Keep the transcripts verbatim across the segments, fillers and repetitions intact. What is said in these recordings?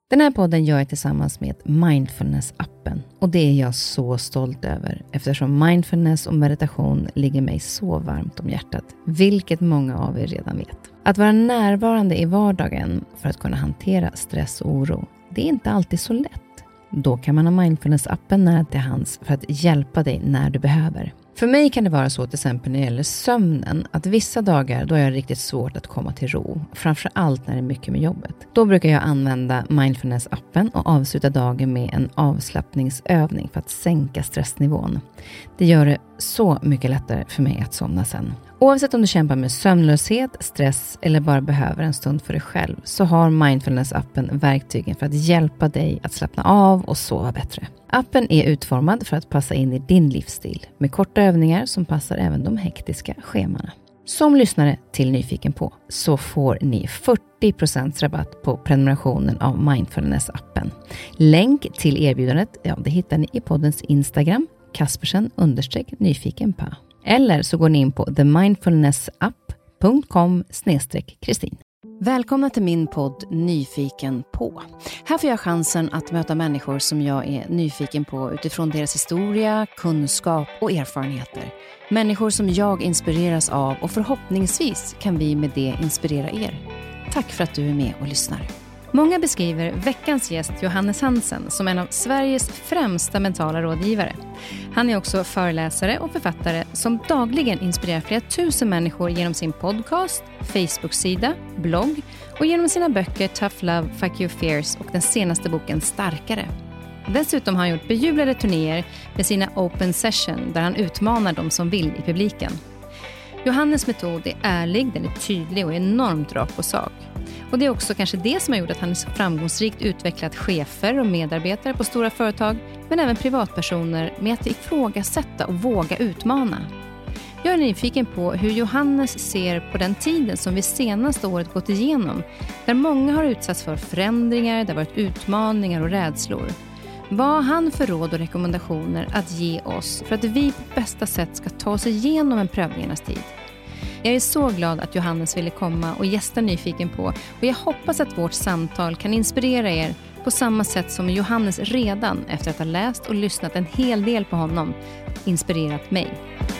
Den här podden gör jag tillsammans med Mindfulness-appen. Och det är jag så stolt över eftersom mindfulness och meditation ligger mig så varmt om hjärtat. Vilket många av er redan vet. Att vara närvarande i vardagen för att kunna hantera stress och oro, det är inte alltid så lätt. Då kan man ha Mindfulness-appen nära till hands för att hjälpa dig när du behöver. För mig kan det vara så till exempel när det gäller sömnen att vissa dagar då är det riktigt svårt att komma till ro. Framförallt när det är mycket med jobbet. Då brukar jag använda Mindfulness-appen och avsluta dagen med en avslappningsövning för att sänka stressnivån. Det gör det så mycket lättare för mig att somna sen. Oavsett om du kämpar med sömnlöshet, stress eller bara behöver en stund för dig själv så har Mindfulness-appen verktygen för att hjälpa dig att slappna av och sova bättre. Appen är utformad för att passa in i din livsstil med korta övningar som passar även de hektiska schemana. Som lyssnare till Nyfiken på så får ni fyrtio procent rabatt på prenumerationen av Mindfulness-appen. Länk till erbjudandet, ja, det hittar ni i poddens Instagram, Kaspersen understreck nyfiken på. Eller så går ni in på the mindfulness app punkt com slash kristin. Välkomna till min podd Nyfiken på. Här får jag chansen att möta människor som jag är nyfiken på utifrån deras historia, kunskap och erfarenheter. Människor som jag inspireras av och förhoppningsvis kan vi med det inspirera er. Tack för att du är med och lyssnar. Många beskriver veckans gäst Johannes Hansen som en av Sveriges främsta mentala rådgivare. Han är också föreläsare och författare som dagligen inspirerar flera tusen människor genom sin podcast, Facebook-sida, blogg och genom sina böcker Tough Love, Fuck Your Fears och den senaste boken Starkare. Dessutom har han gjort bejublade turnéer med sina Open Session där han utmanar de som vill i publiken. Johannes metod är ärlig, den är tydlig och enormt rak på sak. Och det är också kanske det som har gjort att han är så framgångsrikt utvecklat chefer och medarbetare på stora företag, men även privatpersoner med att ifrågasätta och våga utmana. Jag är nyfiken på hur Johannes ser på den tiden som vi senaste året gått igenom, där många har utsatts för förändringar, där varit utmaningar och rädslor. Vad har han för råd och rekommendationer att ge oss för att vi på bästa sätt ska ta oss igenom en prövningarnas tid? Jag är så glad att Johannes ville komma och gästa Nyfiken på, och jag hoppas att vårt samtal kan inspirera er på samma sätt som Johannes redan, efter att ha läst och lyssnat en hel del på honom, inspirerat mig.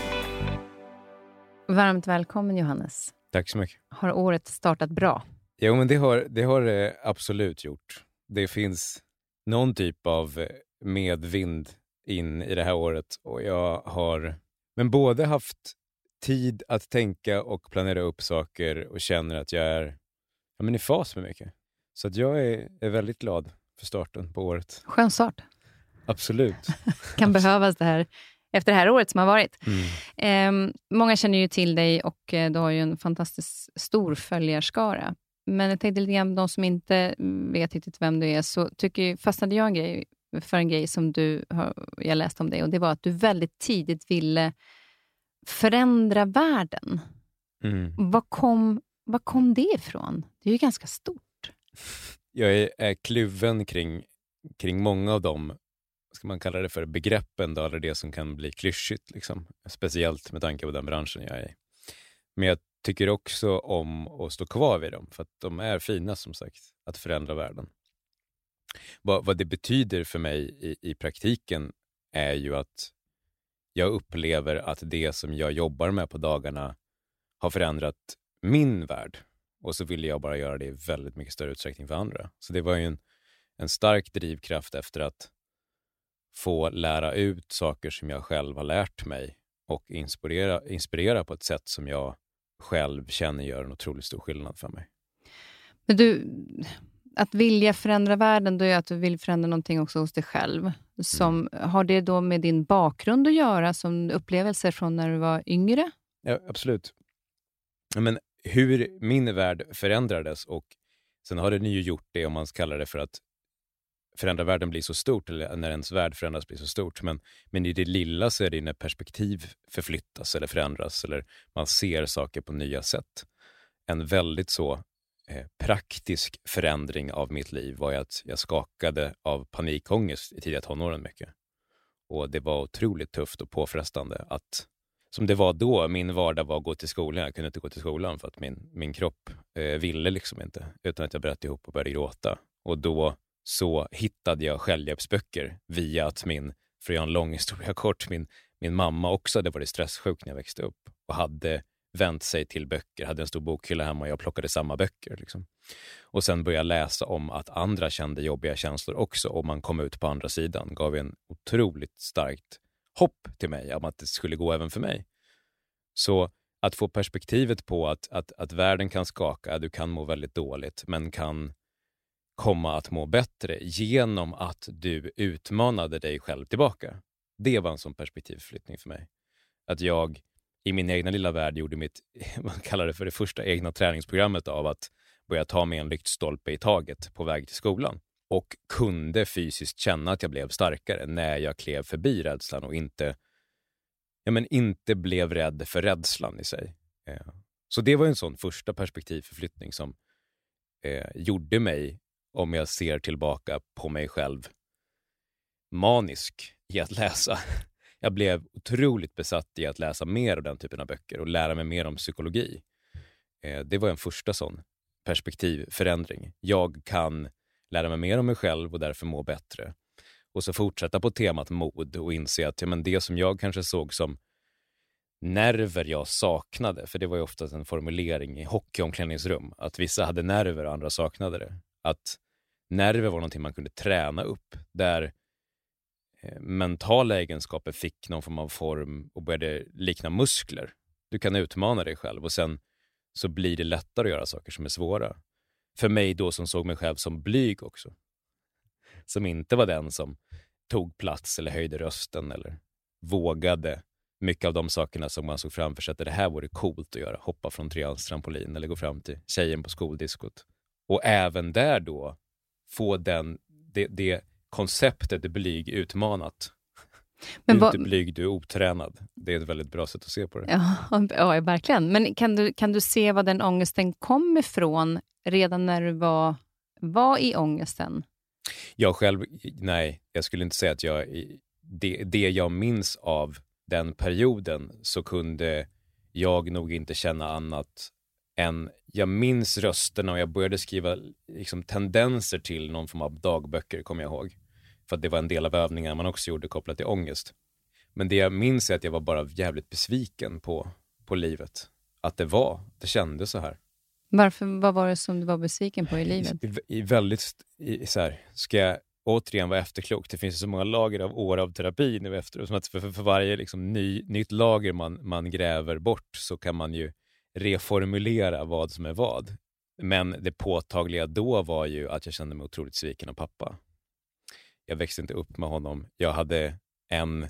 Varmt välkommen Johannes. Tack så mycket. Har året startat bra? Jo, men det har det har det absolut gjort. Det finns någon typ av medvind in i det här året, och jag har men både haft tid att tänka och planera upp saker och känner att jag är ja, men i fas med mycket. Så att jag är, är väldigt glad för starten på året. Skön start. Absolut. Kan behövas det här efter det här året som har varit. Mm. Eh, många känner ju till dig och eh, du har ju en fantastiskt stor följarskara. Men jag tänkte lite grann, de som inte vet riktigt vem du är, så tycker, fastnade jag en grej för en grej som du har, jag läste om dig, och det var att du väldigt tidigt ville förändra världen. Mm. Vad kom, vad kom det ifrån? Det är ju ganska stort. Jag är, är kluven kring, kring många av dem, ska man kalla det för begreppen då, eller det som kan bli klyschigt liksom. Speciellt med tanke på den branschen jag är i. Men jag tycker också om att stå kvar vid dem, för att de är fina som sagt, att förändra världen. Vad, vad det betyder för mig i, i praktiken är ju att jag upplever att det som jag jobbar med på dagarna har förändrat min värld. Och så vill jag bara göra det i väldigt mycket större utsträckning för andra. Så det var ju en, en stark drivkraft efter att få lära ut saker som jag själv har lärt mig. Och inspirera, inspirera på ett sätt som jag själv känner gör en otroligt stor skillnad för mig. Men du, att vilja förändra världen, då är att du vill förändra någonting också hos dig själv. Som, mm. Har det då med din bakgrund att göra, som upplevelser från när du var yngre? Ja, absolut. Men hur min värld förändrades, och sen har det ju gjort det, om man kallar det för att förändra världen blir så stort, eller när ens värld förändras blir så stort. Men, men i det lilla så är det när perspektiv förflyttas eller förändras, eller man ser saker på nya sätt. En väldigt så eh, praktisk förändring av mitt liv var att jag skakade av panikångest i tidiga tonåren mycket. Och det var otroligt tufft och påfrestande att, som det var då, min vardag var att gå till skolan. Jag kunde inte gå till skolan för att min, min kropp eh, ville liksom inte, utan att jag bröt ihop och började gråta. Och då så hittade jag självhjälpsböcker via att min, för att göra en lång historia kort, min, min mamma också hade varit stresssjuk när jag växte upp och hade vänt sig till böcker, hade en stor bokhylla hemma och jag plockade samma böcker. Liksom. Och sen började jag läsa om att andra kände jobbiga känslor också och man kom ut på andra sidan. Gav en otroligt starkt hopp till mig om att det skulle gå även för mig. Så att få perspektivet på att, att, att världen kan skaka, du kan må väldigt dåligt men kan komma att må bättre genom att du utmanade dig själv tillbaka. Det var en sån perspektivflyttning för mig. Att jag i min egna lilla värld gjorde mitt, man kallar det för det första egna träningsprogrammet av att börja ta med en lyktstolpe i taget på väg till skolan. Och kunde fysiskt känna att jag blev starkare när jag klev förbi rädslan och inte, ja, men inte blev rädd för rädslan i sig. Eh, så det var en sån första perspektivförflyttning som eh, gjorde mig, om jag ser tillbaka på mig själv, manisk i att läsa. Jag blev otroligt besatt i att läsa mer av den typen av böcker och lära mig mer om psykologi. Eh, det var en första sån perspektivförändring. Jag kan lära mig mer om mig själv och därför må bättre. Och så fortsätta på temat mod och inse att ja, men det som jag kanske såg som nerver jag saknade, för det var ju ofta en formulering i hockeyomklädningsrum, att vissa hade nerver och andra saknade det. Att nerver var någonting man kunde träna upp, där eh, mentala egenskaper fick någon form av form och började likna muskler. Du kan utmana dig själv och sen så blir det lättare att göra saker som är svåra. För mig då som såg mig själv som blyg också. Som inte var den som tog plats eller höjde rösten eller vågade mycket av de sakerna som man såg framför sig att det här vore coolt att göra. Hoppa från treans trampolin eller gå fram till tjejen på skoldiskot. Och även där då få den, det, det konceptet blyg utmanat. Men du är inte blyg, du är otränad. Det är ett väldigt bra sätt att se på det. Ja, ja verkligen. Men kan du, kan du se vad den ångesten kom ifrån redan när du var, var i ångesten? Jag själv, nej, jag skulle inte säga att jag, det, det jag minns av den perioden så kunde jag nog inte känna annat än, jag minns rösterna och jag började skriva liksom tendenser till någon form av dagböcker, kommer jag ihåg. För att det var en del av övningarna man också gjorde kopplat till ångest. Men det jag minns är att jag var bara jävligt besviken på, på livet. Att det var, det kändes så här. Varför, vad var det som du var besviken på i livet? I, i väldigt, i, så här, ska jag återigen vara efterklok. Det finns så många lager av år av terapi nu efter. Som att för, för, för varje liksom, ny, nytt lager man, man gräver bort så kan man ju reformulera vad som är vad. Men det påtagliga då var ju att jag kände mig otroligt sviken av pappa. Jag växte inte upp med honom. Jag hade en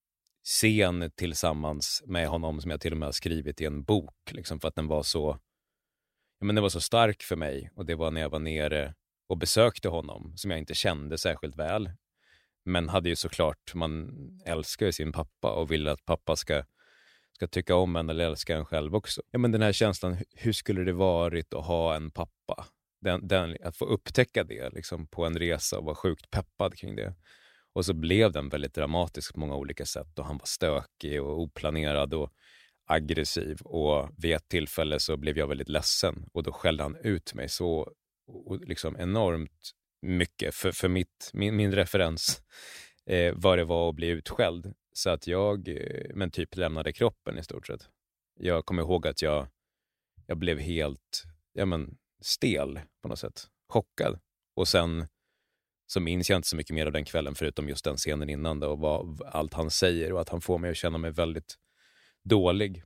scen tillsammans med honom som jag till och med har skrivit i en bok. Liksom, för att den var så, ja, men den var så stark för mig. Och det var när jag var nere och besökte honom som jag inte kände särskilt väl. Men hade ju såklart, man älskar ju sin pappa och vill att pappa ska, ska tycka om en eller älska en själv också. Ja, men den här känslan, hur skulle det varit att ha en pappa? Den, den, att få upptäcka det liksom, på en resa och vara sjukt peppad kring det. Och så blev den väldigt dramatisk på många olika sätt. Och han var stökig och oplanerad och aggressiv. Och vid ett tillfälle så blev jag väldigt ledsen. Och då skällde han ut mig så och liksom enormt mycket. För, för mitt, min, min referens eh, vad det var att bli utskälld. Så att jag eh, men typ lämnade kroppen i stort sett. Jag kommer ihåg att jag, jag blev helt... Ja, men, stel på något sätt, chockad. Och sen så minns jag inte så mycket mer av den kvällen förutom just den scenen innan då, och vad allt han säger och att han får mig att känna mig väldigt dålig.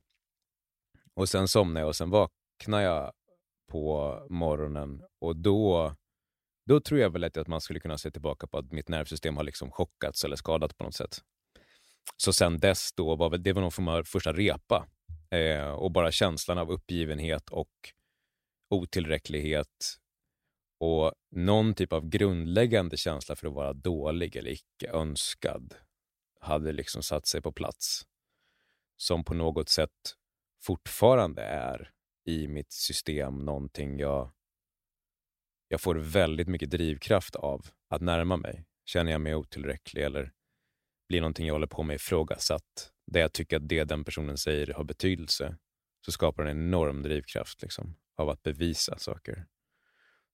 Och sen somnade jag och sen vaknade jag på morgonen och då då tror jag väl att man skulle kunna se tillbaka på att mitt nervsystem har liksom chockats eller skadat på något sätt. Så sen dess då var väl, det var någon form av första repa eh, och bara känslan av uppgivenhet och otillräcklighet och någon typ av grundläggande känsla för att vara dålig eller icke önskad hade liksom satt sig på plats, som på något sätt fortfarande är i mitt system någonting jag jag får väldigt mycket drivkraft av att närma mig. Känner jag mig otillräcklig eller blir någonting jag håller på med ifrågasatt, där jag tycker att det den personen säger har betydelse, så skapar det en enorm drivkraft liksom av att bevisa saker.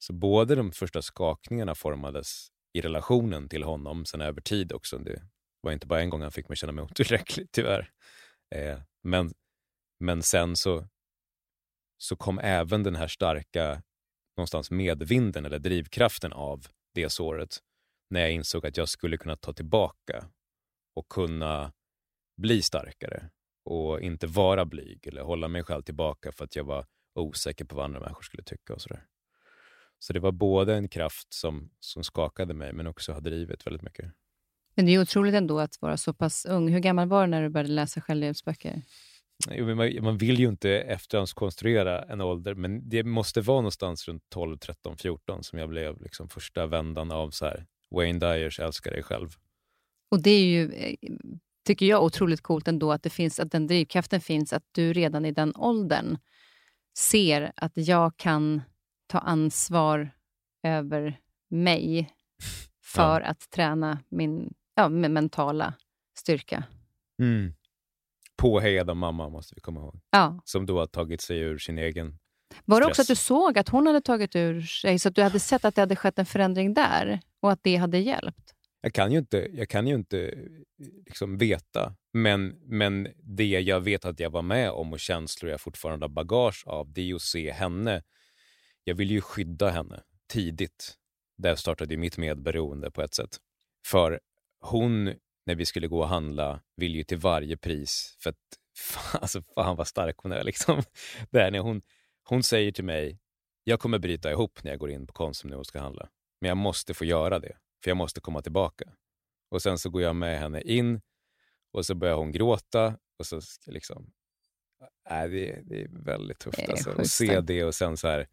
Så både de första skakningarna formades i relationen till honom, sen över tid också. Det var inte bara en gång han fick mig känna mig otillräcklig, tyvärr. Eh, men, men sen så, så kom även den här starka någonstans medvinden eller drivkraften av det såret när jag insåg att jag skulle kunna ta tillbaka och kunna bli starkare och inte vara blyg eller hålla mig själv tillbaka för att jag var osäker på vad andra människor skulle tycka och sådär. Så det var både en kraft som, som skakade mig men också har drivit väldigt mycket. Men det är otroligt ändå att vara så pass ung. Hur gammal var du när du började läsa självhjälpsböcker? Man, man vill ju inte efterhandskonstruera en ålder, men det måste vara någonstans runt tolv, tretton, fjorton som jag blev liksom första vändan av så här Wayne Dyers Älskar dig själv. Och det är ju, tycker jag, otroligt coolt ändå att det finns, att den drivkraften finns, att du redan i den åldern ser att jag kan ta ansvar över mig för ja. att träna min ja, mentala styrka. Mm. Påhejad av mamma måste vi komma ihåg. Ja. Som då har tagit sig ur sin egen Var det stress. också att du såg att hon hade tagit ur sig, så att du hade sett att det hade skett en förändring där och att det hade hjälpt? Jag kan ju inte, jag kan ju inte liksom veta, men, men det jag vet att jag var med om och känslor jag fortfarande har bagage av, det är att se henne. Jag vill ju skydda henne tidigt. Där startade ju mitt medberoende på ett sätt. För hon, när vi skulle gå och handla, vill ju till varje pris, för att fan, alltså, fan vad stark hon är liksom. Där när hon, hon säger till mig, jag kommer bryta ihop när jag går in på Konsum nu och ska handla. Men jag måste få göra det, för jag måste komma tillbaka. Och sen så går jag med henne in och så börjar hon gråta och så liksom, äh, det, det är väldigt tufft det är alltså, att se det och sen så här,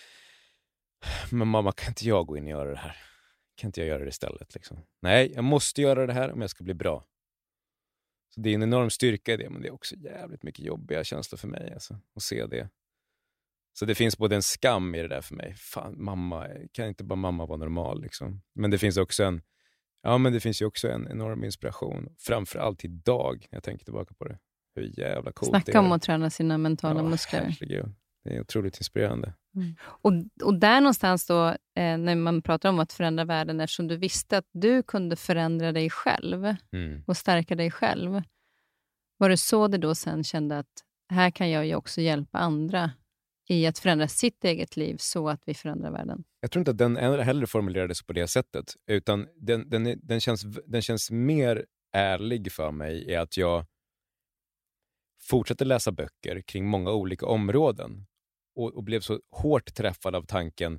men mamma, kan inte jag gå in och göra det här? Kan inte jag göra det istället? Liksom? Nej, jag måste göra det här om jag ska bli bra. Så det är en enorm styrka i det, men det är också jävligt mycket jobbiga känslor för mig alltså, att se det. Så det finns både en skam i det där för mig. Fan, mamma, kan inte bara mamma vara normal liksom? Men det finns också en, ja men det finns ju också en enorm inspiration. Framförallt idag, när jag tänker tillbaka på det. Hur jävla coolt Snacka det är. om att träna sina mentala ja, muskler. Herregud. Det är otroligt inspirerande. Mm. Och, och där någonstans då, eh, när man pratar om att förändra världen, eftersom du visste att du kunde förändra dig själv mm. och stärka dig själv. Var det så det då sen kände att här kan jag ju också hjälpa andra i att förändra sitt eget liv så att vi förändrar världen? Jag tror inte att den heller formulerades på det sättet, utan den, den, är, den, känns, den känns mer ärlig för mig i att jag fortsatte läsa böcker kring många olika områden och, och blev så hårt träffad av tanken,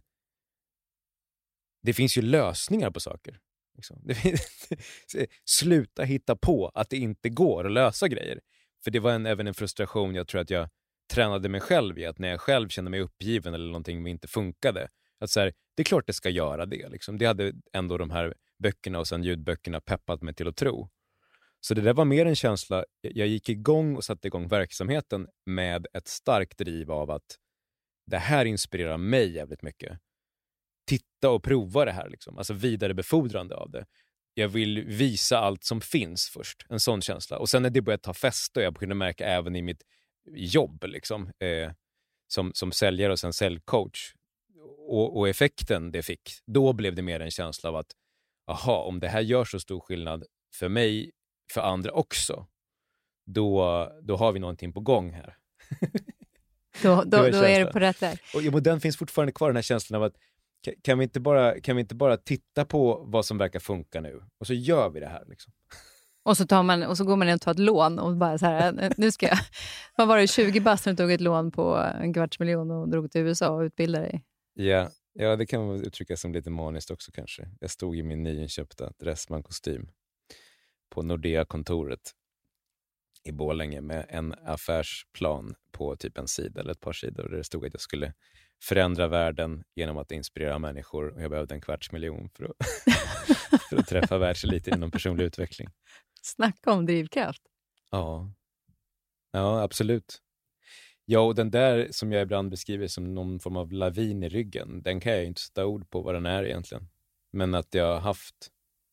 det finns ju lösningar på saker. Liksom. Det finns, sluta hitta på att det inte går att lösa grejer. För det var en, även en frustration jag tror att jag tränade mig själv i, att när jag själv kände mig uppgiven eller någonting inte funkade, att så här, det är klart det ska göra det. Liksom. Det hade ändå de här böckerna och sen ljudböckerna peppat mig till att tro. Så det där var mer en känsla, jag gick igång och satte igång verksamheten med ett starkt driv av att det här inspirerar mig jävligt mycket. Titta och prova det här, liksom. Alltså vidarebefordrande av det. Jag vill visa allt som finns först, en sån känsla. Och sen när det började ta fäste och jag kunde märka även i mitt jobb liksom, eh, som, som säljare och sen säljcoach och, och effekten det fick, då blev det mer en känsla av att aha, om det här gör så stor skillnad för mig, för andra också, då, då har vi någonting på gång här. Då, då, då är det på rätt väg. Och, och den finns fortfarande kvar, den här känslan av att kan vi inte bara, kan vi inte bara titta på vad som verkar funka nu och så gör vi det här liksom. Och så, tar man, och så går man in och tar ett lån och bara så här, nu ska jag, vad var det, tjugo bast när du tog ett lån på en kvarts miljon och drog till U S A och utbildade dig? Ja, ja, det kan man uttrycka som lite maniskt också kanske. Jag stod i min nyinköpta Dressman-kostym på Nordea-kontoret i Borlänge med en affärsplan på typ en sida eller ett par sidor där det stod att jag skulle förändra världen genom att inspirera människor och jag behövde en kvarts miljon för att, för att träffa världseliten inom personlig utveckling. Snacka om drivkraft. Ja. Ja, absolut. Ja, och den där som jag ibland beskriver som någon form av lavin i ryggen, den kan jag inte sätta ord på vad den är egentligen. Men att jag har haft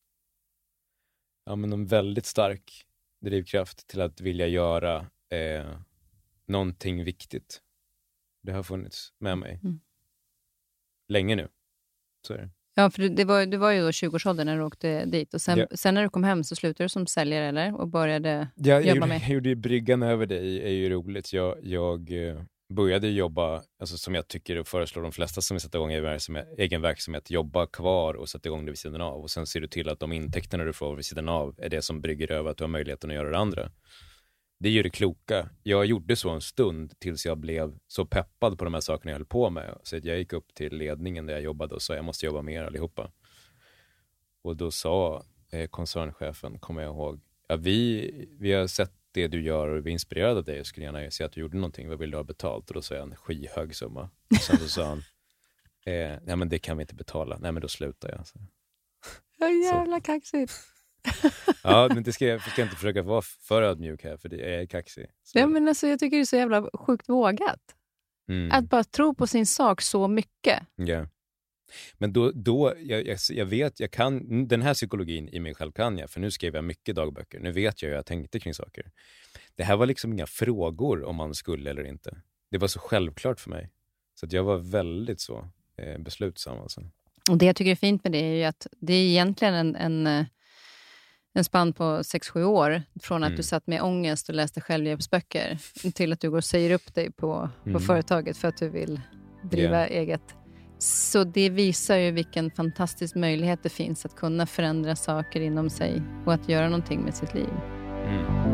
ja, men en väldigt stark drivkraft till att vilja göra eh, någonting viktigt. Det har funnits med mig. Mm. länge nu. Så är det. Ja, för det var, det var ju då tjugo-årsåldern när du åkte dit. Och sen, ja. sen när du kom hem så slutade du som säljare, eller? Och började ja, jobba gjorde, med... Jag gjorde bryggan över det, är ju roligt. Jag, jag började jobba, alltså som jag tycker och föreslår de flesta som vill sätta igång egen verksamhet, egen verksamhet, jobba kvar och sätta igång det vid sidan av. Och sen ser du till att de intäkterna du får vid sidan av är det som brygger över att du har möjligheten att göra det andra. Det gör det kloka. Jag gjorde så en stund tills jag blev så peppad på de här sakerna jag höll på med. Så att jag gick upp till ledningen där jag jobbade och sa jag måste jobba mer allihopa. Och då sa eh, koncernchefen, kommer jag ihåg, ja, vi, vi har sett det du gör och vi är inspirerade av dig och skulle gärna se att du gjorde någonting. Vad vill du ha betalt? Och då sa jag en skyhög summa. Och sen så sa han, eh, nej men det kan vi inte betala. Nej men då slutar jag. Så. Ja, jävla kaxigt. Ja, men det ska jag, ska jag inte försöka vara för ödmjuk här, för det är kaxig. Så. Ja, men alltså, jag tycker det är så jävla sjukt vågat. Mm. Att bara tro på sin sak så mycket. Ja. Men då, då jag, jag, jag vet, jag kan, den här psykologin i mig själv kan jag, för nu skrev jag mycket dagböcker. Nu vet jag hur jag tänkte kring saker. Det här var liksom inga frågor om man skulle eller inte. Det var så självklart för mig. Så att jag var väldigt så eh, beslutsam. Alltså. Och det jag tycker är fint med det är ju att det är egentligen en... en En spann på sex sju år från att mm. du satt med ångest och läste självhjälpsböcker till att du går och säger upp dig på, mm. på företaget för att du vill driva yeah. eget. Så det visar ju vilken fantastisk möjlighet det finns att kunna förändra saker inom sig och att göra någonting med sitt liv. Mm.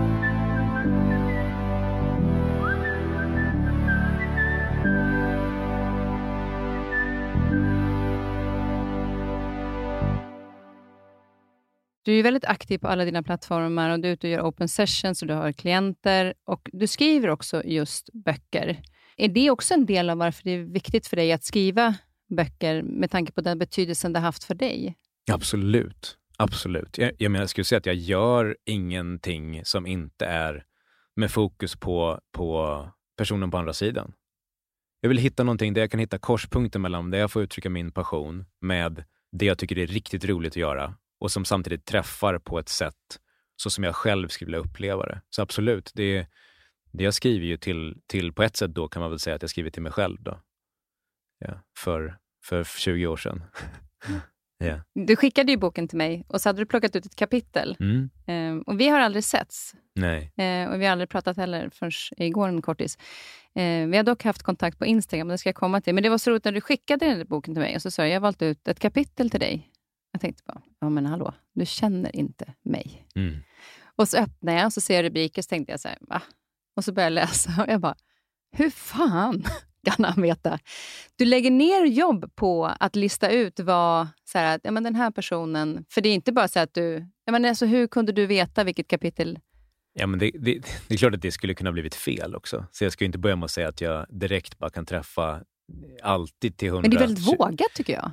Du är väldigt aktiv på alla dina plattformar och du är ute och gör open sessions och du har klienter och du skriver också just böcker. Är det också en del av varför det är viktigt för dig att skriva böcker med tanke på den betydelsen det har haft för dig? Absolut, absolut. Jag, jag menar, jag skulle säga att jag gör ingenting som inte är med fokus på, på personen på andra sidan. Jag vill hitta någonting där jag kan hitta korspunkten mellan där jag får uttrycka min passion med det jag tycker är riktigt roligt att göra. Och som samtidigt träffar på ett sätt så som jag själv skulle vilja uppleva det. Så absolut, det, det jag skriver ju till, till på ett sätt då kan man väl säga att jag skriver till mig själv då. Ja, för, för tjugo år sedan. Mm. Yeah. Du skickade ju boken till mig och så hade du plockat ut ett kapitel. Mm. Um, och vi har aldrig setts. Nej. Uh, och vi har aldrig pratat heller förrän igår en kortis. Uh, vi har dock haft kontakt på Instagram och det ska jag komma till. Men det var så roligt när du skickade den boken till mig och så sa jag, jag har valt ut ett kapitel till dig. Jag tänkte bara, ja men hallå, du känner inte mig. Mm. Och så öppnade jag och så ser jag rubriker och så tänkte jag så här, va? Och så började jag läsa och jag bara, hur fan kan han veta? Du lägger ner jobb på att lista ut vad, så här, att, ja men den här personen, för det är inte bara så att du, ja men alltså hur kunde du veta vilket kapitel? Ja men det, det, det är klart att det skulle kunna blivit fel också. Så jag ska ju inte börja med att säga att jag direkt bara kan träffa alltid till hundra. Men det är väldigt vågat tycker jag.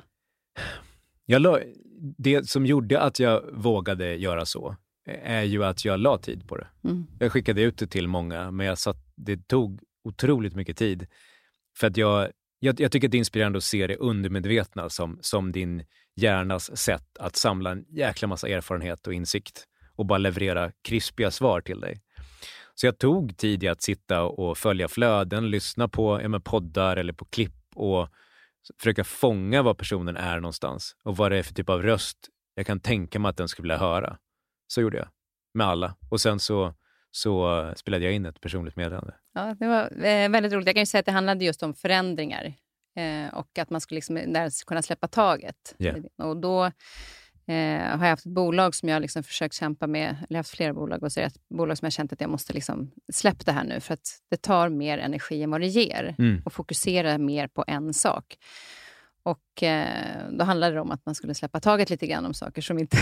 Jag la, det som gjorde att jag vågade göra så är ju att jag la tid på det. Mm. Jag skickade ut det till många, men jag satt, det tog otroligt mycket tid. För att jag, jag, jag tycker att det är inspirerande att se det undermedvetna som, som din hjärnas sätt att samla en jäkla massa erfarenhet och insikt och bara leverera krispiga svar till dig. Så jag tog tid i att sitta och följa flöden, lyssna på ja, poddar eller på klipp och försöka fånga vad personen är någonstans och vad det är för typ av röst jag kan tänka mig att den skulle vilja höra. Så gjorde jag med alla. Och sen så, så spelade jag in ett personligt meddelande. Ja, det var eh, väldigt roligt. Jag kan ju säga att det handlade just om förändringar eh, och att man skulle liksom där kunna släppa taget. Yeah. Och då eh, har jag haft ett bolag som jag liksom försökt kämpa med, eller jag har haft flera bolag och så är det ett bolag som jag känt att jag måste liksom släppa det här nu för att det tar mer energi än vad det ger mm. och fokusera mer på en sak. Och eh, då handlade det om att man skulle släppa taget lite grann om saker som inte...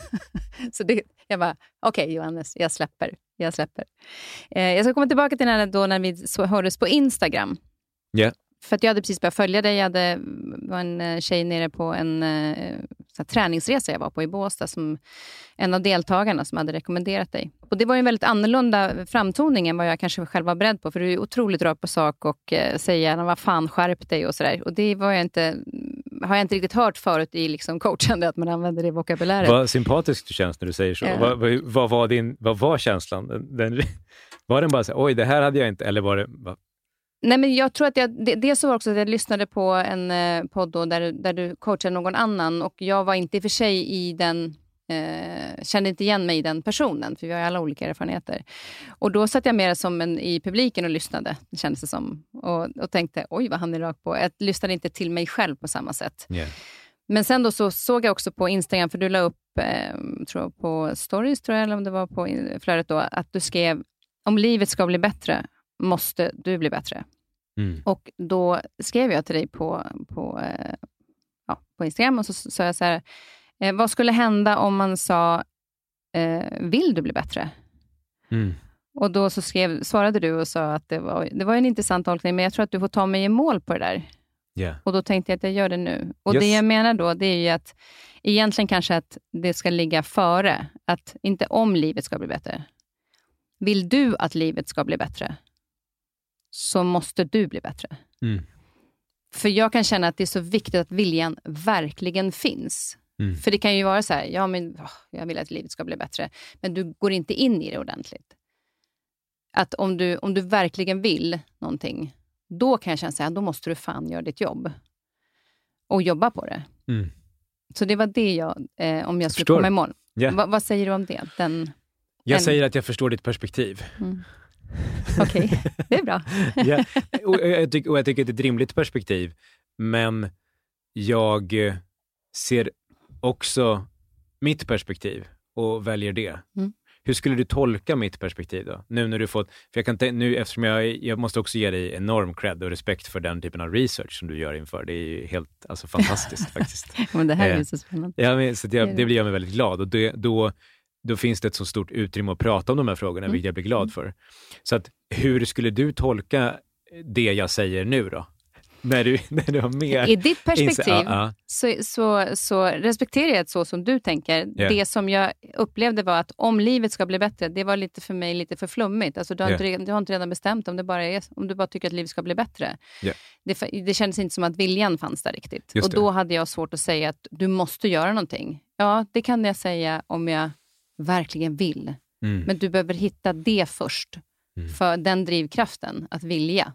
så det, jag bara, okej okay, Johannes, jag släpper. Jag släpper. Eh, jag ska komma tillbaka till när, då när vi så, hördes på Instagram. Ja. Yeah. För att jag hade precis börjat följa dig. Jag hade, var en tjej nere på en eh, så här, träningsresa jag var på i Båstad som en av deltagarna som hade rekommenderat dig. Och det var ju en väldigt annorlunda framtoning än vad jag kanske själv var beredd på. För du är otroligt rakt på sak och eh, säger vad fan skärp dig och sådär. Och det var jag inte, har jag inte riktigt hört förut i liksom coachande att man använder det vokabuläret. Vad sympatiskt du känns när du säger så. Ja. Vad, vad, vad, var din, vad var känslan? Den, den, var den bara så oj det här hade jag inte, eller var det... Va? Nej, men jag tror att jag, det, det så var också att jag lyssnade på en eh, podd då, där, där du coachade någon annan. Och jag var inte i och för sig i den... Eh, kände inte igen mig i den personen, för vi har alla olika erfarenheter. Och då satt jag mer som en, i publiken och lyssnade, det kändes det som. Och, och tänkte, oj vad han är rakt på. Jag lyssnade inte till mig själv på samma sätt. Yeah. Men sen då så såg jag också på Instagram, för du la upp, eh, tror jag, på stories, tror jag, eller om det var på flödet då, att du skrev, om livet ska bli bättre, måste du bli bättre. Mm. Och då skrev jag till dig på, på, eh, ja, på Instagram, och så sa jag så här, eh, vad skulle hända om man sa, eh, vill du bli bättre? Mm. Och då så skrev, svarade du och sa att det var, det var en intressant tolkning, men jag tror att du får ta mig i mål på det där. Yeah. Och då tänkte jag att jag gör det nu. Och Yes. det jag menar då, det är ju att egentligen kanske att det ska ligga före. Att inte om livet ska bli bättre. Vill du att livet ska bli bättre, så måste du bli bättre. Mm. För jag kan känna att det är så viktigt att viljan verkligen finns. Mm. För det kan ju vara så här, ja men åh, jag vill att livet ska bli bättre. Men du går inte in i det ordentligt. Att om du, om du verkligen vill någonting, då kan jag känna så här, då måste du fan göra ditt jobb. Och jobba på det. Mm. Så det var det jag, eh, om jag skulle Förstår. komma i mål. Yeah. Va, vad säger du om det? Den, Jag en... säger att jag förstår ditt perspektiv. Mm. Okej, okay. Det är bra. Ja, och, jag tycker, och jag tycker att det är ett rimligt perspektiv. Men jag ser också mitt perspektiv och väljer det. Mm. Hur skulle du tolka mitt perspektiv då? Nu när du fått, för jag kan t- nu eftersom jag, jag måste också ge dig enorm cred och respekt för den typen av research som du gör inför. Det är ju helt, alltså fantastiskt faktiskt. Men det här är ju eh, så spännande. Ja, men, så jag, det blir jag mig väldigt glad. Och det, då, då finns det ett så stort utrymme att prata om de här frågorna, mm. vilket jag blir glad för. Så att, hur skulle du tolka det jag säger nu då? När du, när du har mer... I ditt perspektiv inse- ja, ja. Så, så, så respekterar jag det så som du tänker. Yeah. Det som jag upplevde var att om livet ska bli bättre, det var lite för mig lite för flummigt. Alltså, du, har Yeah. inte, du har inte redan bestämt om, det bara är, om du bara tycker att livet ska bli bättre. Yeah. Det, det kändes inte som att viljan fanns där riktigt. Just och det. då hade jag svårt att säga att du måste göra någonting. Ja, det kan jag säga om jag verkligen vill. Mm. Men du behöver hitta det först. Mm. För den drivkraften, att vilja.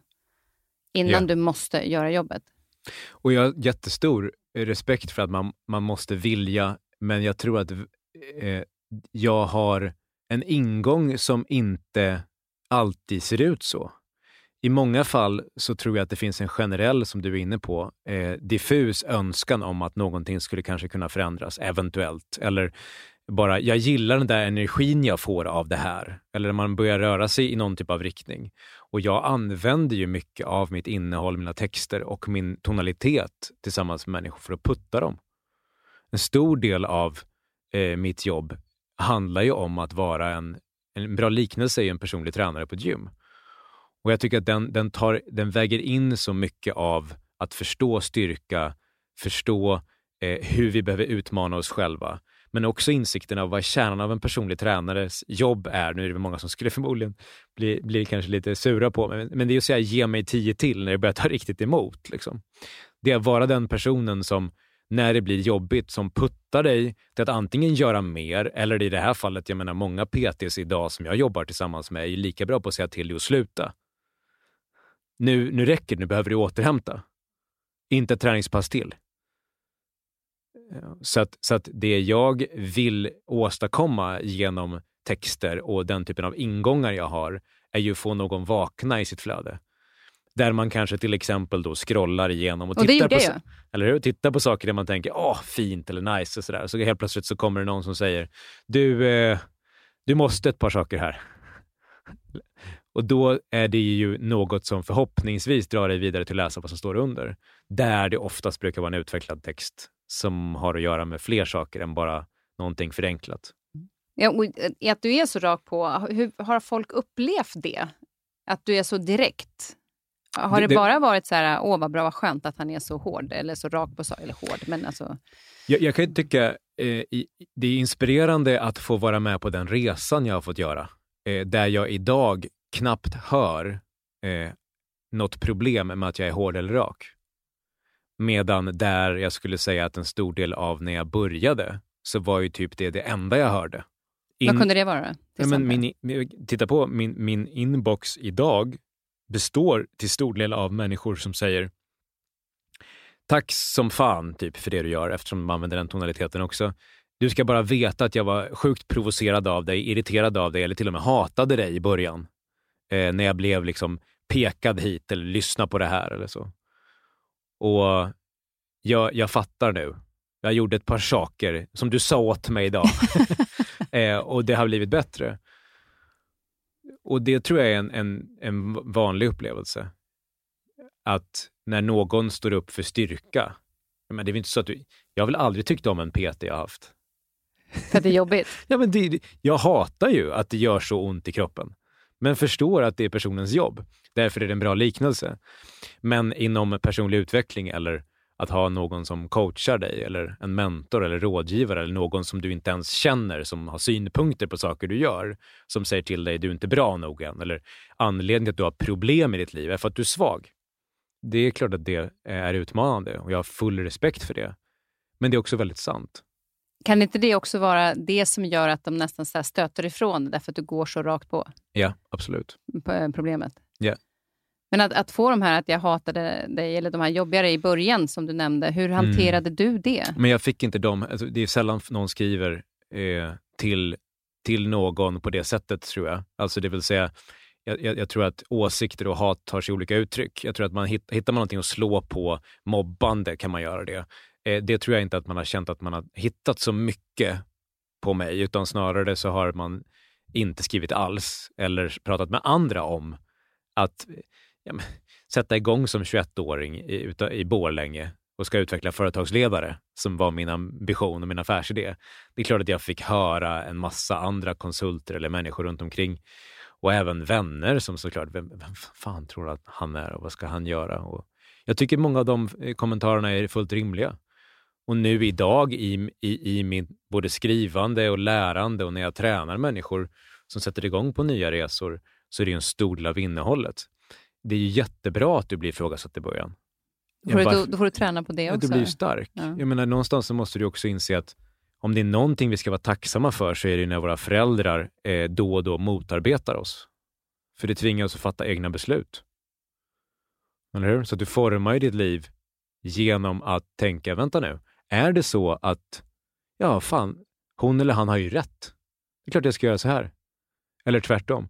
Innan Yeah. du måste göra jobbet. Och jag har jättestor respekt för att man, man måste vilja, men jag tror att eh, jag har en ingång som inte alltid ser ut så. I många fall så tror jag att det finns en generell, som du är inne på, eh, diffus önskan om att någonting skulle kanske kunna förändras, eventuellt. Eller bara, jag gillar den där energin jag får av det här. Eller när man börjar röra sig i någon typ av riktning. Och jag använder ju mycket av mitt innehåll, mina texter och min tonalitet tillsammans med människor för att putta dem. En stor del av eh, mitt jobb handlar ju om att vara en, en bra liknelse i en personlig tränare på ett gym. Och jag tycker att den, den, tar, den väger in så mycket av att förstå styrka, förstå eh, hur vi behöver utmana oss själva. Men också insikten av vad kärnan av en personlig tränares jobb är. Nu är det många som skulle förmodligen bli, bli kanske lite sura på mig. Men, men det är ju att säga, ge mig tio till när det börjar ta riktigt emot. Liksom. Det är att vara den personen som, när det blir jobbigt, som puttar dig till att antingen göra mer, eller i det här fallet, jag menar många P T:s idag som jag jobbar tillsammans med är lika bra på att säga till och sluta. Nu, nu räcker det, nu behöver du återhämta. Inte ett träningspass till. Så att, så att det jag vill åstadkomma genom texter och den typen av ingångar jag har är ju att få någon vakna i sitt flöde. Där man kanske till exempel då scrollar igenom och, och tittar, på, jag. eller hur? tittar på saker där man tänker, åh, fint eller nice och sådär. Så helt plötsligt så kommer det någon som säger, du, eh, du måste ett par saker här. Och då är det ju något som förhoppningsvis drar dig vidare till att läsa vad som står under. Där det oftast brukar vara en utvecklad text som har att göra med fler saker än bara någonting förenklat. Ja, och att du är så rak på, hur har folk upplevt det? Att du är så direkt? Har det, det, det bara varit så här, åh vad bra, vad skönt att han är så hård, eller så rak på sak, eller hård, men alltså... Jag, jag kan ju tycka eh, det är inspirerande att få vara med på den resan jag har fått göra. Eh, där jag idag knappt hör eh, något problem med att jag är hård eller rak. Medan där jag skulle säga att en stor del av när jag började så var ju typ det det enda jag hörde. In... Vad kunde det vara då? Ja, men min, titta på min, min inbox idag. består till stor del av människor som säger tack som fan typ för det du gör, eftersom man använder den tonaliteten också. Du ska bara veta att jag var sjukt provocerad av dig, irriterad av dig eller till och med hatade dig i början. Eh, när jag blev liksom pekad hit eller lyssna på det här eller så. Och jag, jag fattar nu. Jag gjorde ett par saker som du sa åt mig idag. eh, och det har blivit bättre. Och det tror jag är en, en, en vanlig upplevelse. Att när någon står upp för styrka. Men det är inte så att du, jag har väl aldrig tyckt om en P T jag har haft. För att det är jobbigt? Ja, men det, jag hatar ju att det gör så ont i kroppen. Men förstår att det är personens jobb. Därför är det en bra liknelse. Men inom personlig utveckling eller att ha någon som coachar dig eller en mentor eller rådgivare eller någon som du inte ens känner som har synpunkter på saker du gör som säger till dig du är inte bra nog än eller anledningen till att du har problem i ditt liv är för att du är svag. Det är klart att det är utmanande och jag har full respekt för det. Men det är också väldigt sant. Kan inte det också vara det som gör att de nästan så här stöter ifrån det därför att du går så rakt på? Ja, absolut. På problemet. Ja. Men att, att få de här att jag hatade dig eller de här jobbigare i början som du nämnde, hur hanterade mm. du det? Men jag fick inte dem, alltså, det är sällan någon skriver eh, till, till någon på det sättet tror jag. Alltså det vill säga, jag, jag, jag tror att åsikter och hat tar sig olika uttryck. Jag tror att man hitt, hittar man någonting att slå på mobbande kan man göra det. Eh, det tror jag inte att man har känt att man har hittat så mycket på mig utan snarare så har man inte skrivit alls eller pratat med andra om att ja, men, sätta igång som tjugoett-åring i, i Borlänge och ska utveckla företagsledare som var min ambition och min affärsidé. Det är klart att jag fick höra en massa andra konsulter eller människor runt omkring och även vänner som såklart, vem, vem fan tror att han är och vad ska han göra? Och jag tycker många av de kommentarerna är fullt rimliga. Och nu idag i, i, i min både skrivande och lärande och när jag tränar människor som sätter igång på nya resor så är det en stor del av innehållet. Det är ju jättebra att du blir ifrågasatt i början. Får du, bara, då, då får du träna på det också. Du blir ju stark. Ja. Jag menar, någonstans så måste du också inse att om det är någonting vi ska vara tacksamma för så är det när våra föräldrar eh, då och då motarbetar oss. För det tvingar oss att fatta egna beslut. Eller hur? Så att du formar ju ditt liv genom att tänka, vänta nu, är det så att ja fan, hon eller han har ju rätt. Det är klart jag ska göra så här. Eller tvärtom.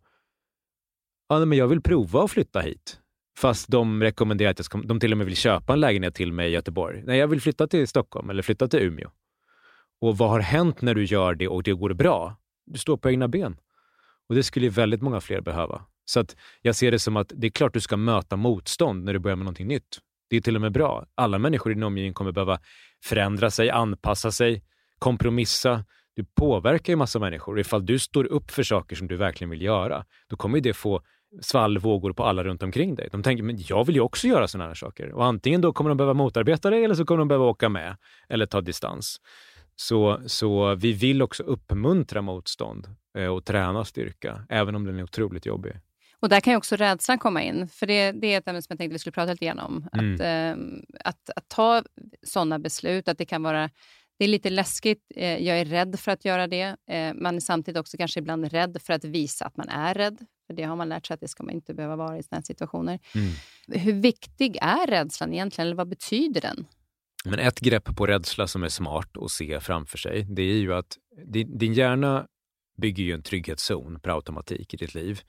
Ja, men jag vill prova att flytta hit. Fast de rekommenderar att jag ska, de till och med vill köpa en lägenhet till mig i Göteborg. Nej, jag vill flytta till Stockholm eller flytta till Umeå. Och vad har hänt när du gör det och det går bra? Du står på egna ben. Och det skulle väldigt många fler behöva. Så att jag ser det som att det är klart du ska möta motstånd när du börjar med någonting nytt. Det är till och med bra. Alla människor i din omgivning kommer behöva förändra sig, anpassa sig, kompromissa. Du påverkar ju massa människor. Ifall du står upp för saker som du verkligen vill göra, då kommer ju det få svallvågor på alla runt omkring dig. De tänker, men jag vill ju också göra sådana här saker. Och antingen då kommer de behöva motarbeta dig eller så kommer de behöva åka med eller ta distans. Så, så vi vill också uppmuntra motstånd och träna styrka, även om den är otroligt jobbig. Och där kan ju också rädslan komma in. För det, det är ett ämne som jag tänkte vi skulle prata lite grann om. Mm. Att, eh, att, att ta sådana beslut, att det kan vara... Det är lite läskigt. Eh, jag är rädd för att göra det. Eh, man är samtidigt också kanske ibland rädd för att visa att man är rädd. För det har man lärt sig att det ska man inte behöva vara i sådana här situationer. Mm. Hur viktig är rädslan egentligen? Eller vad betyder den? Men ett grepp på rädsla som är smart att se framför sig, det är ju att din, din hjärna bygger ju en trygghetszon per automatik i ditt liv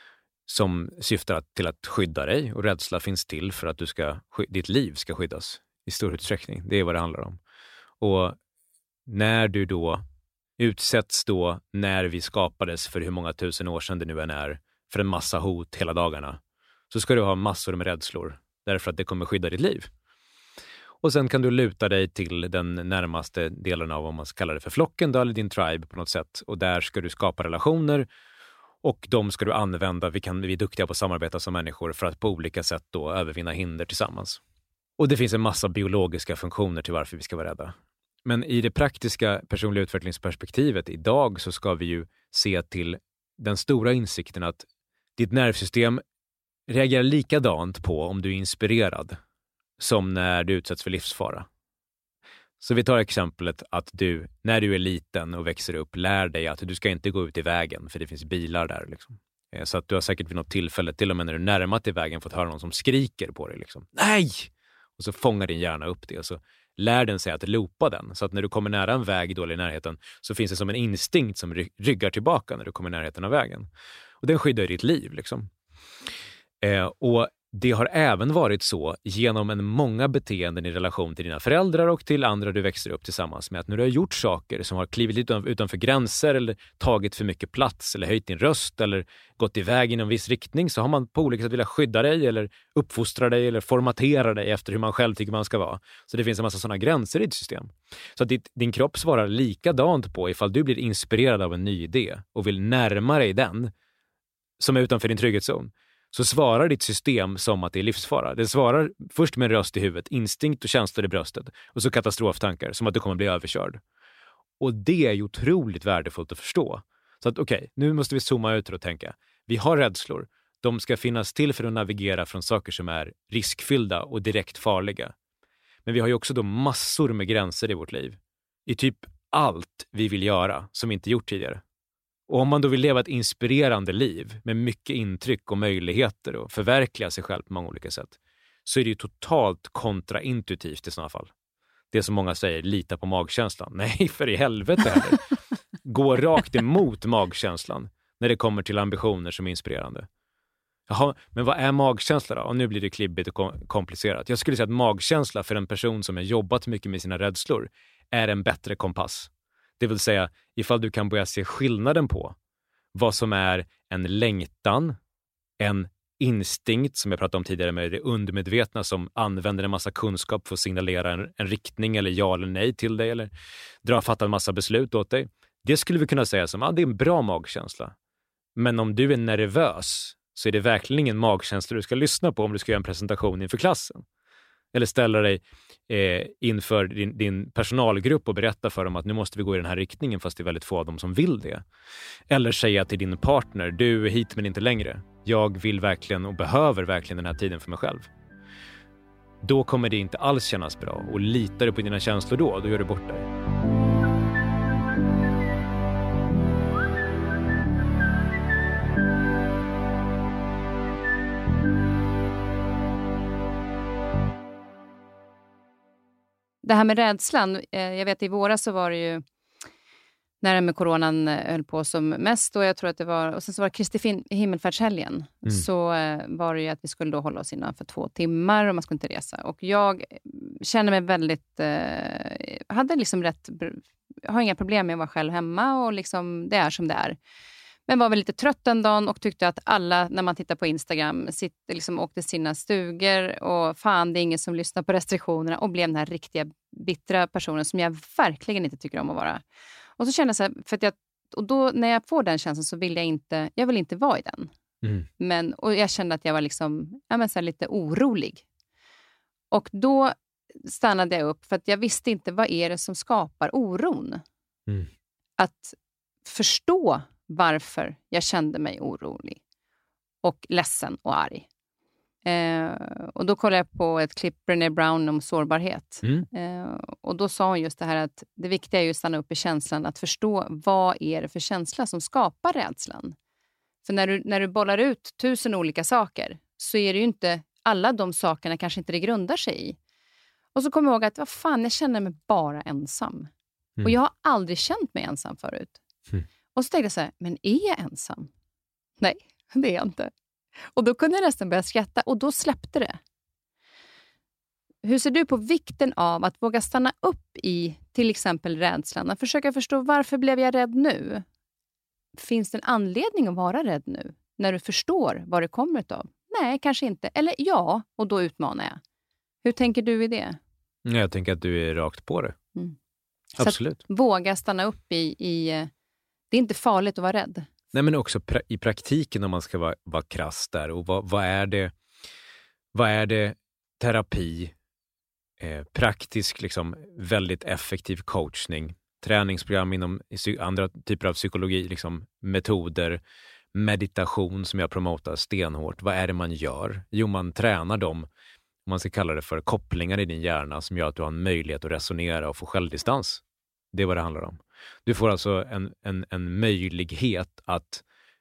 som syftar till att skydda dig, och rädsla finns till för att du ska, ditt liv ska skyddas i stor utsträckning. Det är vad det handlar om. Och när du då utsätts då, när vi skapades för hur många tusen år sedan det nu än är, för en massa hot hela dagarna, så ska du ha massor med rädslor därför att det kommer skydda ditt liv. Och sen kan du luta dig till den närmaste delen av vad man kallar det för flocken då, eller din tribe på något sätt. Och där ska du skapa relationer och de ska du använda. Vi, kan, vi är duktiga på att samarbeta som människor för att på olika sätt då övervinna hinder tillsammans. Och det finns en massa biologiska funktioner till varför vi ska vara rädda. Men i det praktiska personliga utvecklingsperspektivet idag så ska vi ju se till den stora insikten att ditt nervsystem reagerar likadant på om du är inspirerad som när du utsätts för livsfara. Så vi tar exemplet att du, när du är liten och växer upp, lär dig att du ska inte gå ut i vägen för det finns bilar där. Liksom. Så att du har säkert vid något tillfälle, till och med när du närmat dig vägen, fått höra någon som skriker på dig. Liksom. Nej! Och så fångar din hjärna upp det och så lär den sig att loopa den. Så att när du kommer nära en väg då eller i närheten så finns det som en instinkt som ryggar tillbaka när du kommer i närheten av vägen. Och den skyddar ditt liv liksom. Eh, och det har även varit så genom en många beteenden i relation till dina föräldrar och till andra du växer upp tillsammans med. Att när du har gjort saker som har klivit utan, utanför gränser eller tagit för mycket plats eller höjt din röst eller gått iväg i en viss riktning, så har man på olika sätt velat skydda dig eller uppfostra dig eller formatera dig efter hur man själv tycker man ska vara. Så det finns en massa sådana gränser i ditt system. Så att ditt, din kropp svarar likadant på ifall du blir inspirerad av en ny idé och vill närma dig den som är utanför din trygghetszon. Så svarar ditt system som att det är livsfara. Det svarar först med en röst i huvudet, instinkt och känslor i bröstet och så katastroftankar som att du kommer bli överkörd. Och det är ju otroligt värdefullt att förstå. Så att okej, okay, nu måste vi zooma ut och tänka. Vi har rädslor. De ska finnas till för att navigera från saker som är riskfyllda och direkt farliga. Men vi har ju också då massor med gränser i vårt liv. I typ allt vi vill göra som vi inte gjort tidigare. Och om man då vill leva ett inspirerande liv med mycket intryck och möjligheter och förverkliga sig själv på många olika sätt, så är det ju totalt kontraintuitivt i sådana fall. Det som många säger, lita på magkänslan. Nej, för i helvete heller. Gå rakt emot magkänslan när det kommer till ambitioner som är inspirerande. Jaha, men vad är magkänsla då? Och nu blir det klibbigt och komplicerat. Jag skulle säga att magkänsla för en person som har jobbat mycket med sina rädslor är en bättre kompass. Det vill säga, ifall du kan börja se skillnaden på vad som är en längtan, en instinkt som jag pratade om tidigare med det undermedvetna som använder en massa kunskap för att signalera en, en riktning eller ja eller nej till dig eller dra fatta en massa beslut åt dig. Det skulle vi kunna säga som att ah, det är en bra magkänsla. Men om du är nervös så är det verkligen ingen magkänsla du ska lyssna på om du ska göra en presentation inför klassen. Eller ställa dig eh, inför din, din personalgrupp och berätta för dem att nu måste vi gå i den här riktningen fast det är väldigt få av dem som vill det. Eller säga till din partner, du är hit men inte längre. Jag vill verkligen och behöver verkligen den här tiden för mig själv. Då kommer det inte alls kännas bra. Och litar du på dina känslor då, då gör du bort dig. Det här med rädslan, jag vet i våras så var det ju när det med coronan höll på som mest och jag tror att det var, och sen så var det Kristi himmelfärdshelgen mm. så var det ju att vi skulle då hålla oss innan för två timmar och man skulle inte resa. Och jag känner mig väldigt, eh, hade liksom rätt, har inga problem med att vara själv hemma och liksom det är som det är. Men var väl lite trött en dag och tyckte att alla, när man tittar på Instagram, sitter, liksom, åkte sina stugor och fan, det är ingen som lyssnar på restriktionerna och blev den här riktiga bittra personen som jag verkligen inte tycker om att vara. Och så kände jag så här, för att jag, och då när jag får den känslan så vill jag inte, jag vill inte vara i den. Mm. Men, och jag kände att jag var liksom, ja, men så här lite orolig. Och då stannade jag upp för att jag visste inte vad är det som skapar oron. Mm. Att förstå varför jag kände mig orolig och ledsen och arg. Eh, och då kollade jag på ett klipp Brené Brown om sårbarhet. Mm. Eh, och då sa hon just det här att det viktiga är ju att stanna upp i känslan, att förstå vad är det för känsla som skapar rädslan. För när du, när du bollar ut tusen olika saker så är det ju inte, alla de sakerna kanske inte det grundar sig i. Och så kommer jag ihåg att vad fan, jag känner mig bara ensam. Mm. Och jag har aldrig känt mig ensam förut. Mm. Och så tänkte jag så här, men är jag ensam? Nej, det är jag inte. Och då kunde jag nästan börja skratta och då släppte det. Hur ser du på vikten av att våga stanna upp i till exempel rädslan? Att försöka förstå varför blev jag rädd nu? Finns det en anledning att vara rädd nu? När du förstår vad det kommer utav? Nej, kanske inte. Eller ja, och då utmanar jag. Hur tänker du i det? Jag tänker att du är rakt på det. Mm. Absolut. Så att våga stanna upp i... i det är inte farligt att vara rädd. Nej, men också pra- i praktiken om man ska vara, vara krass där. Och vad, vad är det? Vad är det? Terapi, eh, praktisk, liksom väldigt effektiv coachning, träningsprogram inom andra typer av psykologi, liksom metoder, meditation som jag promotar stenhårt. Vad är det man gör? Jo, man tränar dem, man ska kalla det för kopplingar i din hjärna som gör att du har en möjlighet att resonera och få självdistans. Det är vad det handlar om. Du får alltså en, en, en möjlighet att